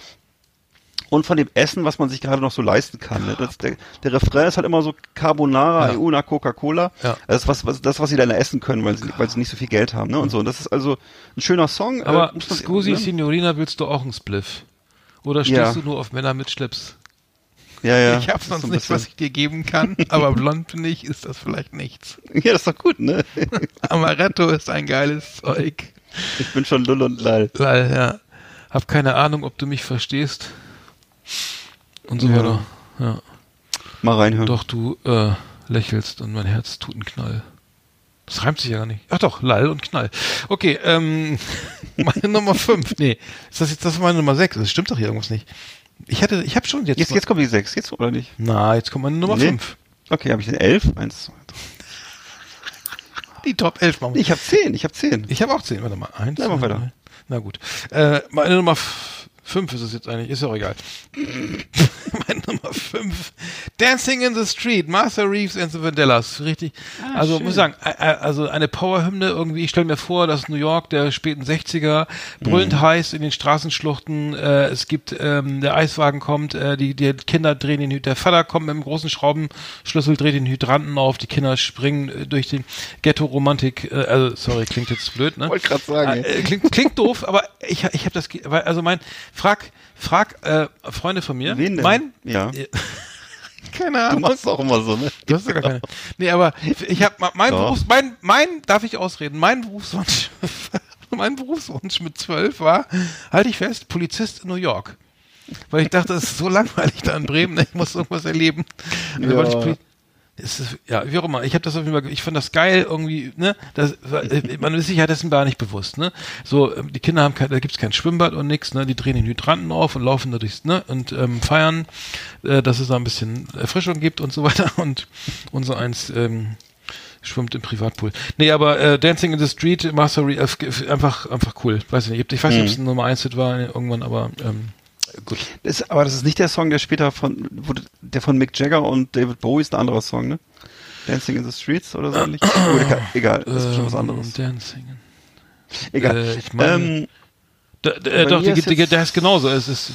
und von dem Essen, was man sich gerade noch so leisten kann. Ne? Das, der, der Refrain ist halt immer so Carbonara, Ja. ja. una Coca-Cola. Ja. Das ist was, was, das, was sie dann essen können, weil sie, weil sie nicht so viel Geld haben. Ne? Und so. Und das ist also ein schöner Song. Aber äh, muss man- Scusi, ne? Signorina, willst du auch einen Spliff? Oder stehst Ja. du nur auf Männer mit Schlips? Ja, ja. Ich habe Das ist sonst so ein nicht, was bisschen- ich dir geben kann, aber blond finde ich, ist das vielleicht nichts. Ja, das ist doch gut, ne? Amaretto ist ein geiles Zeug. Ich bin schon Lull und Lall. Lall, ja. Hab keine Ahnung, ob du mich verstehst. Und so Ja. weiter. Ja. Mal reinhören. Doch du äh, lächelst und mein Herz tut einen Knall. Das reimt sich ja gar nicht. Ach doch, Lall und Knall. Okay, ähm, meine Nummer fünf. Nee, ist das jetzt, das ist meine Nummer sechs. Das stimmt doch hier irgendwas nicht. Ich hatte, ich habe schon jetzt. Jetzt, jetzt kommt die sechs, jetzt oder nicht? Na, jetzt kommt meine Nummer Nee. fünf. Okay, habe ich den elf? Eins, zwei, drei. Die Top elf machen wir. Ich habe zehn, ich habe zehn. Ich habe auch zehn. Warte mal. Eins, Na, mach zwei, weiter. drei. Na gut. Äh, meine Nummer f- fünf ist es jetzt eigentlich. Ist ja auch egal. Meine Nummer fünf. Dancing in the Street. Martha Reeves and the Vandellas. Richtig. Ah, also schön. muss ich sagen, äh, äh, also eine Powerhymne irgendwie. Ich stelle mir vor, dass New York der späten sechziger brüllend Mhm. heiß in den Straßenschluchten. Äh, es gibt, ähm, der Eiswagen kommt, äh, die, die Kinder drehen den Hyd der Vater kommt mit einem großen Schraubenschlüssel, dreht den Hydranten auf, die Kinder springen äh, durch den Ghetto-Romantik, äh, also sorry, klingt jetzt blöd, ne? Wollte gerade sagen. Äh, klingt, klingt doof, aber ich, ich habe das, ge- weil, also mein, frag, frag äh, Freunde von mir. Wen denn? Mein, Ja. äh, keine Du Ahnung. machst auch immer so, ne? Du hast ja gar keine. Nee, aber ich habe mein Doch. Berufs, mein, mein, darf ich ausreden? Mein Berufswunsch, mein Berufswunsch mit zwölf war, halte ich fest, Polizist in New York. Weil ich dachte, es ist so langweilig da in Bremen, ne? Ich muss irgendwas erleben. Und dann Ja. wollte ich Poli- es ist, ja, wie auch immer. Ich habe das auf jeden Fall, ich fand das geil irgendwie, ne? Das, man ist sich ja dessen gar nicht bewusst, ne? So, ähm, die Kinder haben kein, da gibt's kein Schwimmbad und nix, ne? Die drehen den Hydranten auf und laufen da durchs, ne? Und ähm, feiern, äh, dass es da ein bisschen Erfrischung gibt und so weiter. Und unser eins ähm, schwimmt im Privatpool. Nee, aber äh, Dancing in the Street, Master Re äh, einfach, einfach cool. Weiß ich nicht. Ich weiß nicht, ob es ein Nummer eins Hit war irgendwann, aber ähm, gut. Das, aber das ist nicht der Song, der später von, wurde, der von Mick Jagger und David Bowie ist ein anderer Song, ne? Dancing in the Streets oder so ähnlich. Gut, egal, egal, das ist schon was anderes. Ähm, Dancing. Egal. Äh, ich meine, ähm, da, da, äh, bei doch, mir die, ist die, jetzt- der ist genauso. Es ist,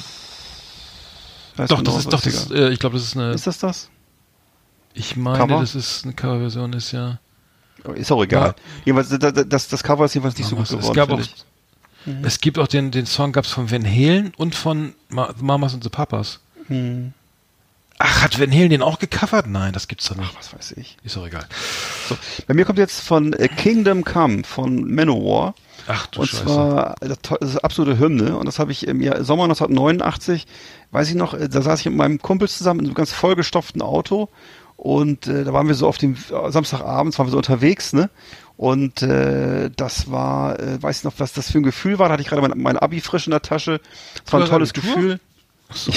weiß doch, genau, das ist, was doch, das, egal. äh, ich glaube, das ist eine, Ist das das? ich meine, Cover? das ist eine Coverversion, ist ja. Ist auch egal. Ja. Jedenfalls, das, das, das Cover ist jedenfalls nicht so gut es geworden, gab auch, finde ich. es gibt auch den, den Song gab's von Van Halen und von Ma Mamas und the Papas. Hm. Ach, hat Van Halen den auch gecovert? Nein, das gibt's doch nicht. Was weiß ich. Ist doch egal. So, bei mir kommt jetzt von äh, Kingdom Come von Manowar. Ach du Und Scheiße. zwar, das, to- das ist eine absolute Hymne. Und das habe ich im Jahr, Sommer neunzehnhundertneunundachtzig, weiß ich noch, äh, da saß ich mit meinem Kumpel zusammen in einem ganz vollgestopften Auto. Und äh, da waren wir so auf dem äh, Samstagabends, waren wir so unterwegs, ne? Und äh, das war, äh, weiß ich noch, was das für ein Gefühl war. Da hatte ich gerade mein, mein Abi frisch in der Tasche. Das war ein Du tolles hast Abitur? Gefühl. Ach so.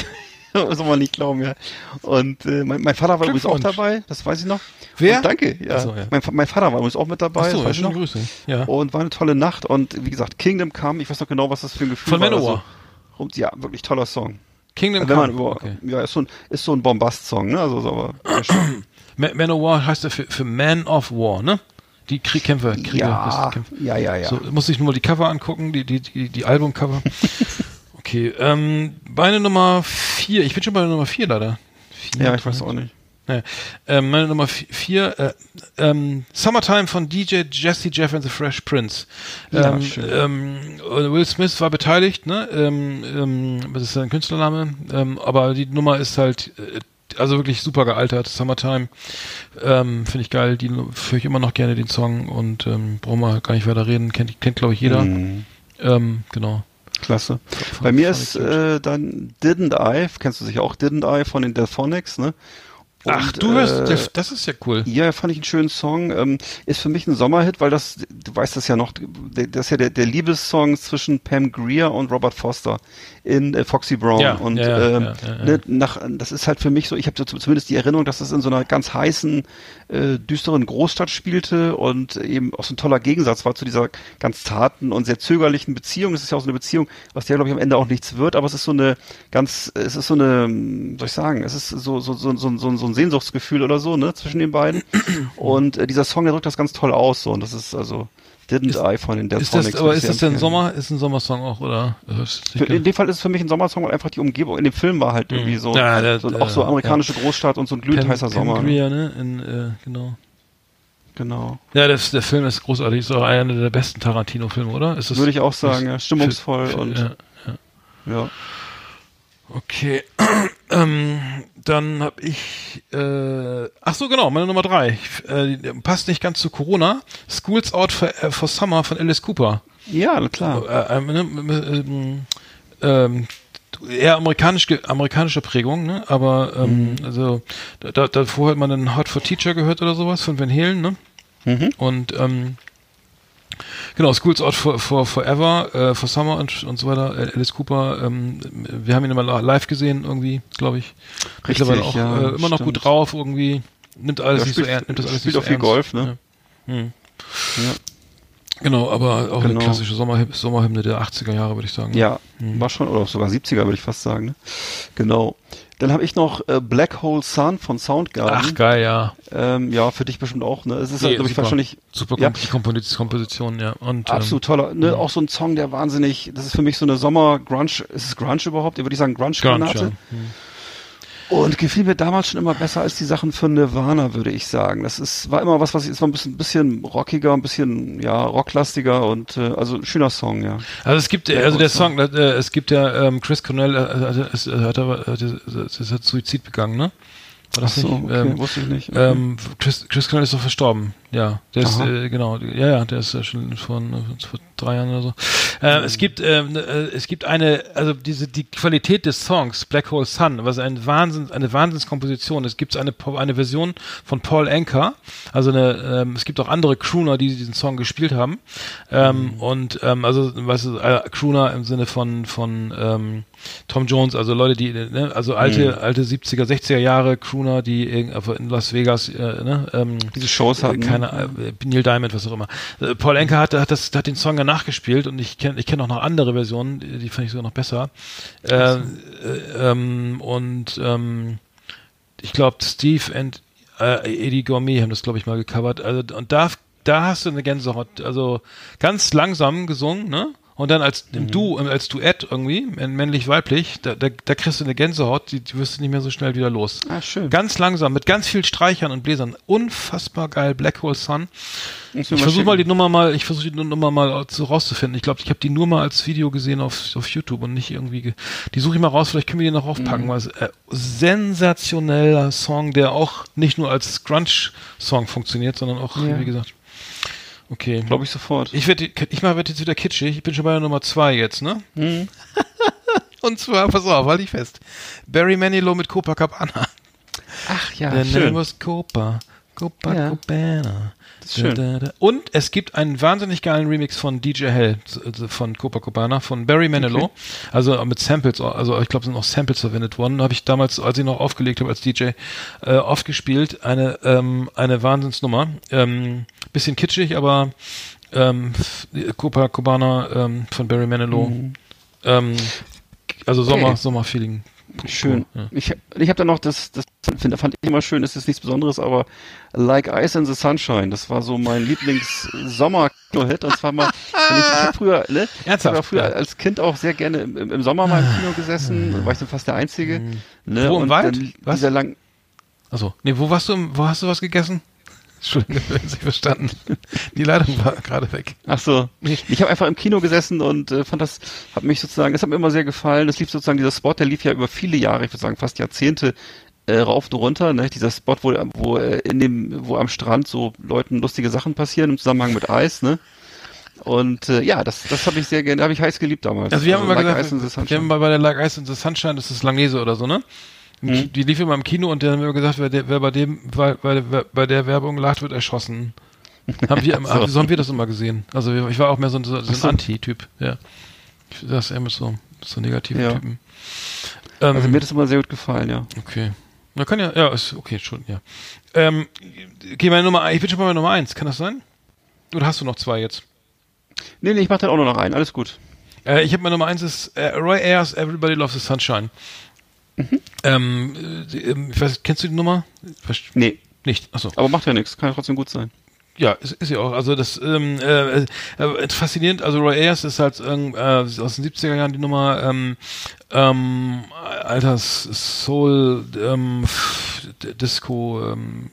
Soll man nicht glauben, ja. Und äh, mein, mein Vater war übrigens auch Glückwunsch. dabei, das weiß ich noch. Wer? Und danke, ja. Ach so, ja. Mein, mein Vater war übrigens auch mit dabei, Ach so, das weiß ich schöne noch. Grüße. Ja. Und war eine tolle Nacht und wie gesagt, Kingdom Come, ich weiß noch genau, was das für ein Gefühl Von war. Manowar. Also, und ja, wirklich toller Song. Kingdom Also, wenn man Come. über, Okay. ja, ist so ein, ist so ein Bombast-Song, ne? Also, so, aber sehr schön. Ma- Manowar heißt ja für, für Man of War, ne? Die Kriegkämpfer, Krieger. Ja, das Kämpfer. ja, ja, ja. So, muss ich nur mal die Cover angucken, die, die, die, die Albumcover. Okay, ähm, meine Nummer vier, ich bin schon bei der Nummer vier leider. Vier, Ja, ich weiß auch nicht. Ja. Ähm, meine Nummer vi- vier, äh, ähm, Summertime von D J Jesse Jeff and the Fresh Prince. Ja, Ähm, schön. ähm, Will Smith war beteiligt, ne? Ähm, ähm, das ist sein Künstlername, ähm, aber die Nummer ist halt, äh, also wirklich super gealtert. Summertime, ähm, finde ich geil. Die höre ich immer noch gerne den Song und ähm, brauchen wir gar nicht weiter reden. Kennt, kennt glaube ich jeder. Mhm. Ähm, genau. Klasse. Fand- Bei mir fand ist ich gut. äh, dann Didn't I, kennst du sicher auch, Didn't I von den Delphonics, ne? Und, Ach, du hörst, äh, das ist ja cool. Ja, fand ich einen schönen Song. Ähm, ist für mich ein Sommerhit, weil das, du weißt das ja noch, das ist ja der, der Liebessong zwischen Pam Grier und Robert Foster in äh, Foxy Brown. Ja, und ja, ja, ähm, ja, ja, ja. Ne, nach, das ist halt für mich so, ich habe so zumindest die Erinnerung, dass das in so einer ganz heißen, äh, düsteren Großstadt spielte und eben auch so ein toller Gegensatz war zu dieser ganz zarten und sehr zögerlichen Beziehung. Es ist ja auch so eine Beziehung, aus der, glaube ich, am Ende auch nichts wird, aber es ist so eine ganz, es ist so eine, soll ich sagen, es ist so, so, so, so, so, so ein Sehnsuchtsgefühl oder so, ne, zwischen den beiden. Und äh, dieser Song, der drückt das ganz toll aus, so, und das ist also Didn't Ist- I von den Ist Delphonics. das, aber würde ich ist sehr das denn empfehlen. Sommer, ist ein Sommersong auch, oder? Für, in dem Fall ist es für mich ein Sommersong, weil einfach die Umgebung, in dem Film war halt irgendwie so, Ja, der- so auch so der- amerikanische Großstadt und so ein glühend heißer Sommer. Pam Grier, ne? In, äh, genau. Genau. Ja, das, der Film ist großartig, ist auch einer der besten Tarantino-Filme, oder? Ist das, Würde ich auch sagen, ist- ja, stimmungsvoll für- für- und ja. ja. Okay, ähm, dann habe ich, äh, ach so genau, meine Nummer drei, ich, äh, die passt nicht ganz zu Corona, School's Out for, äh, for Summer von Alice Cooper. Ja, na klar. Äh, äh, ne, ähm, ähm, eher amerikanisch, amerikanische Prägung, ne? Aber ähm, Mhm. also da, davor hat man dann Hot for Teacher gehört oder sowas von Van Halen, ne? Mhm. Und ähm, genau, School's Out for, for Forever, äh, for Summer und, und so weiter. Äh, Alice Cooper, ähm, wir haben ihn immer live gesehen irgendwie, glaube ich. Richtig, Mittlerweile auch ja, äh, immer noch stimmt. gut drauf irgendwie. Nimmt alles Ja, nicht spielt- so ernst, nimmt das alles spielt nicht auch so viel ernst. Golf, ne? Ja. Hm. Ja. Genau, aber auch eine Genau. klassische Sommerhymne, Sommerhymne der achtziger Jahre, würde ich sagen. Ja, Mhm. war schon, oder sogar siebziger, würde ich fast sagen. Ne? Genau. Dann habe ich noch äh, Black Hole Sun von Soundgarden. Ach, geil, ja. Ähm, ja, für dich bestimmt auch. Ne? Es ist, Nee, halt, glaube ich, super. wahrscheinlich Super Ja. Komp die Kompos- Komposition, ja. Und, absolut toller. Ne? Auch so ein Song, der wahnsinnig, das ist für mich so eine Sommer-Grunge, ist es Grunge überhaupt? Würde ich sagen ähm, Grunge, Grunge-Granate. ja. Hm. Und gefiel mir damals schon immer besser als die Sachen von Nirvana, würde ich sagen. Das ist, war immer was, was ich, es war ein bisschen, bisschen rockiger, ein bisschen, ja, rocklastiger und, äh, also ein schöner Song, ja. Also es gibt, Black also Hole der Song, äh, es gibt ja, ähm, Chris Cornell, äh, hat, hat, hat, hat, hat, hat, hat Suizid begangen, ne? War das Ach so, nicht? okay, Ähm, wusste ich nicht. Okay. ähm, Chris, Chris Cornell ist doch verstorben. Ja, der ist, Aha. äh, genau, ja, ja, der ist ja schon von, äh, vor drei Jahren oder so. Äh, es gibt, ähm, äh, es gibt eine, also diese, die Qualität des Songs, Black Hole Sun, was ein Wahnsinn, eine Wahnsinnskomposition. Es gibt eine, eine Version von Paul Anka, also eine, ähm, es gibt auch andere Crooner, die diesen Song gespielt haben. Ähm, Mhm. und, ähm, also, weißt du, äh, Crooner im Sinne von, von, ähm, Tom Jones, also Leute, die, ne, also alte, Mhm. alte siebziger, sechziger Jahre Crooner, die in, in Las Vegas, äh, ne, ähm, Diese Shows hatten. keine, äh, Neil Diamond, was auch immer. Äh, Paul Anka hat, hat, das, hat den Song ja nachgespielt und ich kenne ich kenn auch noch andere Versionen, die, die fand ich sogar noch besser. Äh, äh, ähm, und ähm, ich glaube, Steve und äh, Eddie Gourmet haben das, glaube ich, mal gecovert. Also, und da, da hast du eine Gänsehaut. Also ganz langsam gesungen, ne? Und dann als im Du, als Duett irgendwie, männlich-weiblich, da, da, da kriegst du eine Gänsehaut, die, die wirst du nicht mehr so schnell wieder los. Ah, schön. Ganz langsam, mit ganz viel Streichern und Bläsern. Unfassbar geil, Black Hole Sun. Muss Ich mir versuche schicken. mal die Nummer mal, ich versuche die Nummer mal zu, rauszufinden. Ich glaube, ich habe die nur mal als Video gesehen auf, auf YouTube und nicht irgendwie, ge die suche ich mal raus, vielleicht können wir die noch aufpacken, Mhm. weil es äh, sensationeller Song, der auch nicht nur als Grunge-Song funktioniert, sondern auch, Ja. wie gesagt, okay. Glaube ich sofort. Ich werde, ich mal werd jetzt wieder kitschig. Ich bin schon bei der Nummer zwei jetzt, ne? Mhm. Und zwar, pass auf, halt dich fest. Barry Manilow mit Copacabana. Ach ja, Der schön. Name was Copa, Copacabana. Das ist schön. Da, da, da. Und es gibt einen wahnsinnig geilen Remix von D J Hell also von Copacabana, von Barry Manilow. Okay. Also mit Samples, also ich glaube, sind auch Samples verwendet worden. Da habe ich damals, als ich noch aufgelegt habe als D J, äh, oft gespielt. Eine, ähm, eine Wahnsinnsnummer. Ähm, bisschen kitschig, aber ähm, Copacabana ähm, von Barry Manilow. Mhm. Ähm, also Sommer, Hey. Sommerfeeling. Schön. Cool, ja. Ich, ich habe da noch das, das find, fand ich immer schön, das ist nichts Besonderes, aber Like Ice in the Sunshine, das war so mein Lieblings-Sommer-Kino-Hit. Und zwar mal, wenn ich, ich habe früher, ne, ich Ernsthaft? habe früher Ja. als Kind auch sehr gerne im, im Sommer mal im Kino gesessen, da war ich dann fast der Einzige. Ne, Wo, im und Wald? dann Was? dieser lang, Achso, nee, wo warst du, im- wo hast du was gegessen? Entschuldigung, ich hab's nicht verstanden. Die Leitung war gerade weg. ach so, ich habe einfach im Kino gesessen und äh, fand das, hat mich sozusagen, das hat mir immer sehr gefallen. Das lief sozusagen, dieser Spot, der lief ja über viele Jahre, ich würde sagen fast Jahrzehnte äh, rauf und runter, ne? Dieser Spot, wo, wo äh, in dem, wo am Strand so Leuten lustige Sachen passieren im Zusammenhang mit Eis, ne? Und äh, ja, das, das habe ich sehr gerne, habe ich heiß geliebt damals. Also wir haben immer Like gesagt, Ice in the wir Sunshine. haben mal bei der Like Ice in the Sunshine, das ist Langnese oder so, ne? Im Ki- Die lief immer im Kino und dann haben wir gesagt, wer, der, wer bei dem, bei, bei, bei der Werbung lacht, wird erschossen. Haben wir, immer, so haben wir das immer gesehen. Also wir- ich war auch mehr so ein, so ein so. Anti-Typ, ja. Ich das eher mit so, so negativen Ja. Typen. Ähm, Also mir hat das immer sehr gut gefallen, ja. okay. Na kann ja, ja, ist okay, schon, ja. Ähm, okay, meine Nummer, ich bin schon bei Nummer eins, kann das sein? Oder hast du noch zwei jetzt? Nee, nee, ich mach dann auch nur noch einen, alles gut. Äh, ich habe meine Nummer eins ist äh, Roy Ayers, Everybody Loves the Sunshine. Mhm. Ähm, äh, ähm, ich weiß, kennst du die Nummer? Verst- Nee, Nicht, achso. aber macht ja nichts, kann ja trotzdem gut sein. Ja, ist, ist ja auch. Also das ähm, äh, äh, faszinierend. Also Roy Ayers ist halt ähm, äh, aus den siebziger Jahren die Nummer ähm, ähm, Alters Soul ähm, f- D- Disco ähm,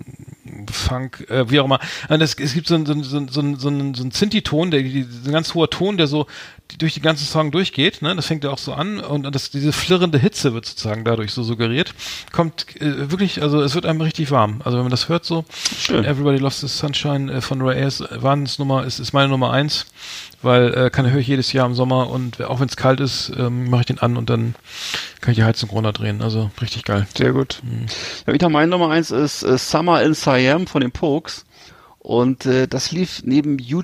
Funk, äh, wie auch immer. Und es, es gibt so einen so einen- so einen- so einen so einen so einen Zinti-Ton, der die, so ein ganz hoher Ton, der so die, durch die ganzen Song durchgeht. Ne, das fängt ja auch so an und das, diese flirrende Hitze wird sozusagen dadurch so suggeriert. Kommt äh, wirklich, also es wird einem richtig warm. Also wenn man das hört so. Schön. Everybody Loves the Sunshine äh, von Roy Ayers, äh, Wahnsinnsnummer, ist, ist meine Nummer eins, weil äh, kann höre ich jedes Jahr im Sommer und auch wenn es kalt ist, ähm, mache ich den an und dann kann ich die Heizung runterdrehen. Also richtig geil. Sehr gut. Ja, wieder mein Nummer eins ist äh, Summer in Siam von den Pokes. Und äh, das lief neben U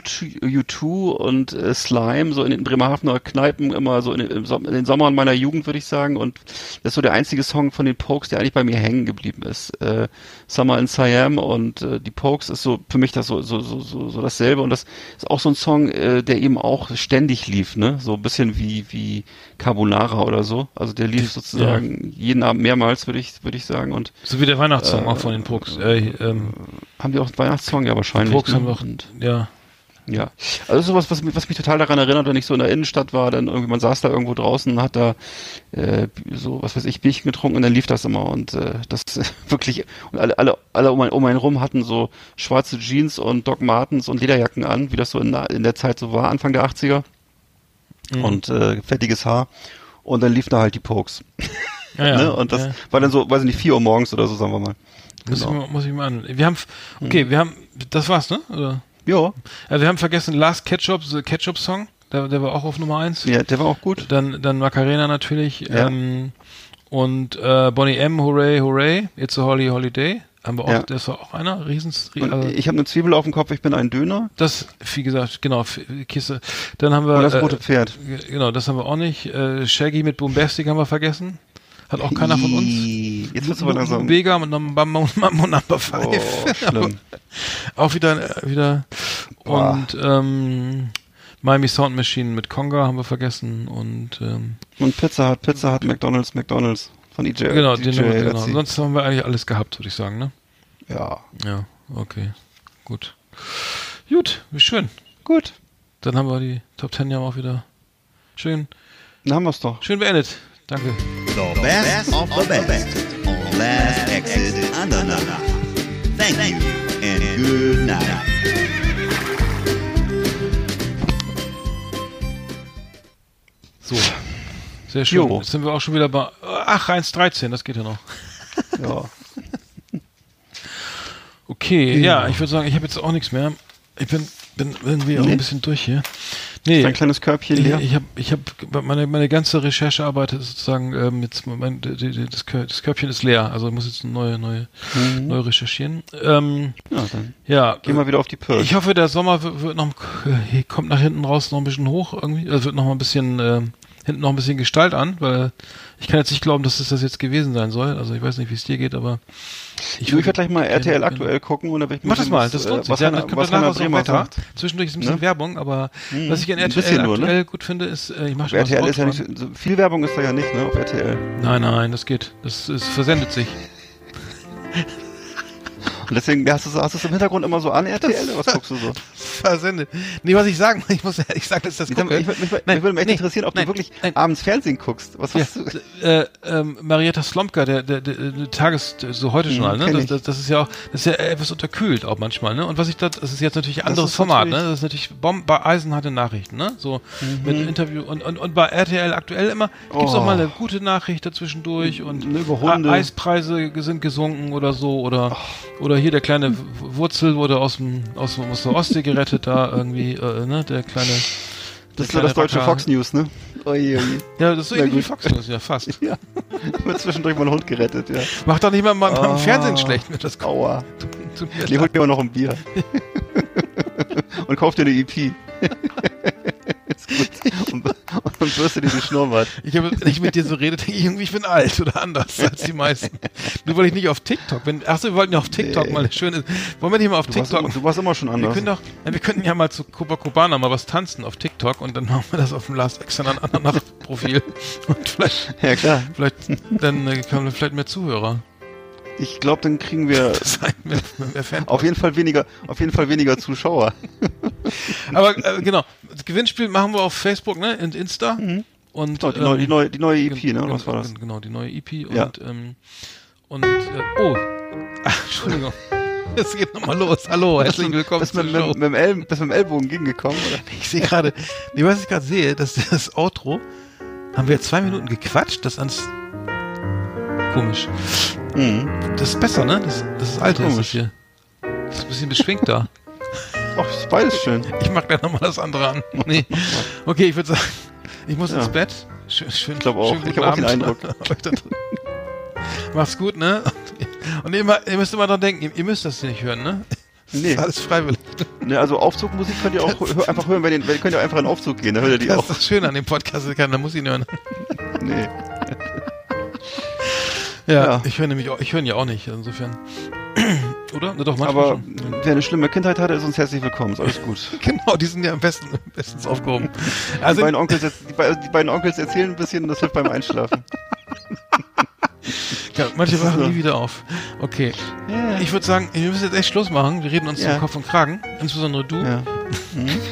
zwei und äh, Slime so in den Bremerhavener Kneipen immer so in, den- im Som in den Sommern meiner Jugend, würde ich sagen. Und das ist so der einzige Song von den Pokes, der eigentlich bei mir hängen geblieben ist. Äh, Summer in Siam und äh, die Pokes ist so für mich das so so so so, so dasselbe. Und das ist auch so ein Song, äh, der eben auch ständig lief, ne? So ein bisschen wie wie Carbonara oder so. Also der lief sozusagen jeden Abend mehrmals, würde ich würde ich sagen. Und So wie der Weihnachtssong auch von den Pokes. Äh, ähm, haben die auch einen Weihnachtssong? Ja, wahrscheinlich. Pokes ne? haben auch, Und, ja. ja. Also sowas, was, mich- was mich total daran erinnert, wenn ich so in der Innenstadt war, dann irgendwie, man saß da irgendwo draußen und hat da äh, so, was weiß ich, Bierchen getrunken und dann lief das immer und äh, das wirklich, und alle, alle, alle um einen, um einen rum hatten so schwarze Jeans und Doc Martens und Lederjacken an, wie das so in, der- in der Zeit so war, Anfang der achtziger. Mhm. Und äh, fettiges Haar. Und dann lief da halt die Pokes. Ja, ja, ne? Und das ja. war dann so, weiß ich nicht, vier Uhr morgens oder so, sagen wir mal. Muss, Genau. ich mal, muss ich mal an. Wir haben, okay, wir haben, das war's, ne? Oder? Ja, Also wir haben vergessen Last Ketchup, The Ketchup Song, der, der war auch auf Nummer eins. ja, der war auch gut. Dann, dann Macarena natürlich. Ja. Ähm, und äh, Bonnie M, Hooray, Hooray, It's a Holly Holiday. Haben wir auch, Ja. das war auch einer. Riesens, Und also ich habe eine Zwiebel auf dem Kopf, ich bin ein Döner. das, wie gesagt, genau, F- Kiste. Dann haben wir. Und das äh, rote Pferd. g- Genau, das haben wir auch nicht. Äh, Shaggy mit Bombastic haben wir vergessen. Hat auch keiner von uns. Jetzt wird's aber langsam. Vega mit Number, Mambo Number five. Oh, schlimm. Auch wieder, äh, wieder. Boah. Und ähm, Miami Sound Machine mit Conga haben wir vergessen. Und ähm, Und Pizza Hut, Pizza Hut, McDonald's, McDonald's von E J. genau, D den J genau. Ötzi. Sonst haben wir eigentlich alles gehabt, würde ich sagen, ne? Ja. Ja, okay. Gut. Gut, wie schön. Gut. Dann haben wir die Top Ten ja auch wieder schön, Dann haben wir's doch. schön beendet. Danke. The best of the best on Last Exit Andernach. Thank you and good night. So. Sehr schön. Jo. Jetzt sind wir auch schon wieder bei. Ach, eins dreizehn, das geht ja noch. Ja. Okay, ja, ich würde sagen, ich habe jetzt auch nichts mehr. Ich bin, bin irgendwie auch Nee? ein bisschen durch hier. Nee, Dein kleines Körbchen ich, leer? ich habe ich hab, meine, meine ganze Recherchearbeit ist sozusagen, ähm, jetzt, mein, die, die, das, Kör, das Körbchen ist leer, also ich muss jetzt neue, neue, Mhm. neu recherchieren. Ähm, Ja, dann ja, geh mal wieder auf die Purge. ich hoffe, der Sommer wird, wird noch, äh, kommt nach hinten raus noch ein bisschen hoch irgendwie, also wird noch mal ein bisschen, äh, hinten noch ein bisschen Gestalt an, weil ich kann jetzt nicht glauben, dass es das jetzt gewesen sein soll, also ich weiß nicht, wie es dir geht, aber ich, ich werde gleich mal R T L gerne- aktuell gucken und dann werde ich Mach das sehen, mal, was, das äh, lohnt sich. was Ja, Hanna- dann kommt was danach Hanna was noch Bremer weiter. sagt. Zwischendurch ist ein bisschen Ne? Werbung, aber Mhm. was ich an Ein R T L bisschen nur, ne? aktuell gut finde, ist, äh, ich mache Auf schon R T L was ist ja Autofahren. nicht, so viel Werbung ist da ja nicht, ne, auf R T L. Nein, nein, das geht. Das, das versendet sich. Und deswegen hast du hast du es im Hintergrund immer so an R T L oder was guckst du so? Versendet. Nee, was ich sagen, ich muss ehrlich sagen, dass ich das Ich, sag mal, gucke. ich, würd- mich, mich Nein, würde mich echt nee, interessieren, ob nein, du wirklich nein. abends Fernsehen guckst. Was Ja, hast du? äh, ähm, Marietta Slomka, der, der, der, der Tages, so heute Journal, Mhm, ne? kenn Das, ich. das, das ist ja auch, das ist ja etwas unterkühlt auch manchmal, ne? Und was ich da, das ist jetzt natürlich ein anderes ist Format, natürlich- ne? Das ist natürlich Bomb bei eisenharte Nachrichten, ne? So Mhm. mit Interview und, und, und bei R T L aktuell immer gibt's Oh. auch mal eine gute Nachricht dazwischendurch und Ne, über Hunde. E- Eispreise sind gesunken oder so oder oder hier der kleine W- Wurzel wurde aus dem aus, dem- aus der Ostsee gerettet da irgendwie, äh, ne? Der kleine Das der ist nur kleine das deutsche Racker. Fox News, ne? Oje, oje. Ja, das ist so Na ähnlich wie gut. Fox News, ja fast. Ja. Wird zwischendurch mal ein Hund gerettet, ja. Macht doch nicht mal beim Ah. Fernsehen schlecht, wenn das kommt. Aua. Tut mir Nee, holt mir auch noch ein Bier. Und kauf dir eine E P. Ist gut. Und, und wirst du diesen Schnurrbart. Ich habe, wenn ich mit dir so rede, denke ich irgendwie, ich bin alt oder anders als die meisten. Nur weil ich nicht auf TikTok bin. Achso, wir wollten ja auf TikTok Nee. mal eine schöne. Wollen wir nicht mal auf Du warst, TikTok? immer, du warst immer schon Wir anders. können doch, ja, wir könnten ja mal zu Copacabana mal was tanzen auf TikTok und dann machen wir das auf dem Last Extra Ananach Profil. Und vielleicht, Ja, klar. vielleicht, dann äh, kommen wir vielleicht mehr Zuhörer. Ich glaube, dann kriegen wir Das sein, mehr, mehr Fan. auf jeden Fall weniger, auf jeden Fall weniger Zuschauer. Aber äh, genau, das Gewinnspiel machen wir auf Facebook, ne, und Insta. Und Genau, die, neue, die, ähm, neue, die neue E P, Gen- ne? gen- Was war das? gen- Genau, die neue E P Ja. und, ähm, und, äh, oh, ach, Entschuldigung, es geht nochmal los. Hallo, herzlich willkommen Bist zur mit, mit, Show. mit, dem El, bist mit dem Ellbogen gegengekommen, oder? Ich sehe gerade, nee, was ich gerade sehe, dass das Outro, haben wir jetzt zwei Minuten gequatscht, das ist ans, komisch. Mhm. Das ist besser, ne? Das, das ist alte, ist das Komisch. hier. Das ist ein bisschen beschwingter. Ach, ist beides schön. Ich mag gleich nochmal das andere an. Nee. Okay, ich würde sagen, ich muss Ja. ins Bett. Schön, schön, Ich glaube auch. schönen Ich guten habe auch den Abend. Eindruck. Mach's gut, ne? Und ihr, immer, ihr müsst immer dran denken, ihr, ihr müsst das nicht hören, ne? Das Nee. ist alles freiwillig. Ne, also Aufzugmusik könnt ihr auch hör, einfach hören, wenn ihr, wenn, könnt ihr einfach in den Aufzug gehen, da hört ihr die Das auch. ist das Schöne an dem Podcast, da muss ich ihn hören. Nee. Ja, Ja. ich höre nämlich auch, ich höre ihn ja auch nicht, insofern. Oder? Na doch, manchmal Aber schon. wer eine schlimme Kindheit hatte, ist uns herzlich willkommen, ist alles gut. Genau, die sind ja am besten, bestens aufgehoben. die, Also, beiden Onkels, jetzt- die, be- die beiden Onkels erzählen ein bisschen und das hilft beim Einschlafen. ja, manche das ist wachen so. nie wieder auf. Okay. Ja. Ich würde sagen, wir müssen jetzt echt Schluss machen. Wir reden uns Ja. zum Kopf und Kragen. Insbesondere du. Ja. Mhm.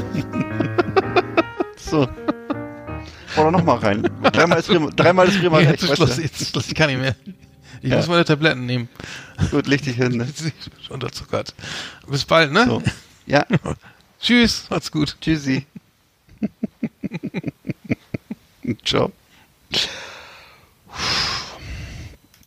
So. Oder noch mal rein. Dreimal ist Bremer, dreimal ist Bremer Nee, recht, jetzt ist weißt Schluss, du? jetzt ist Schluss, ich kann nicht mehr. Ich Ja. muss meine Tabletten nehmen. Gut, leg dich hin. Ne? Jetzt bin ich schon unterzuckert. Bis bald, ne? So. Ja, Tschüss, macht's gut. tschüssi. Ciao.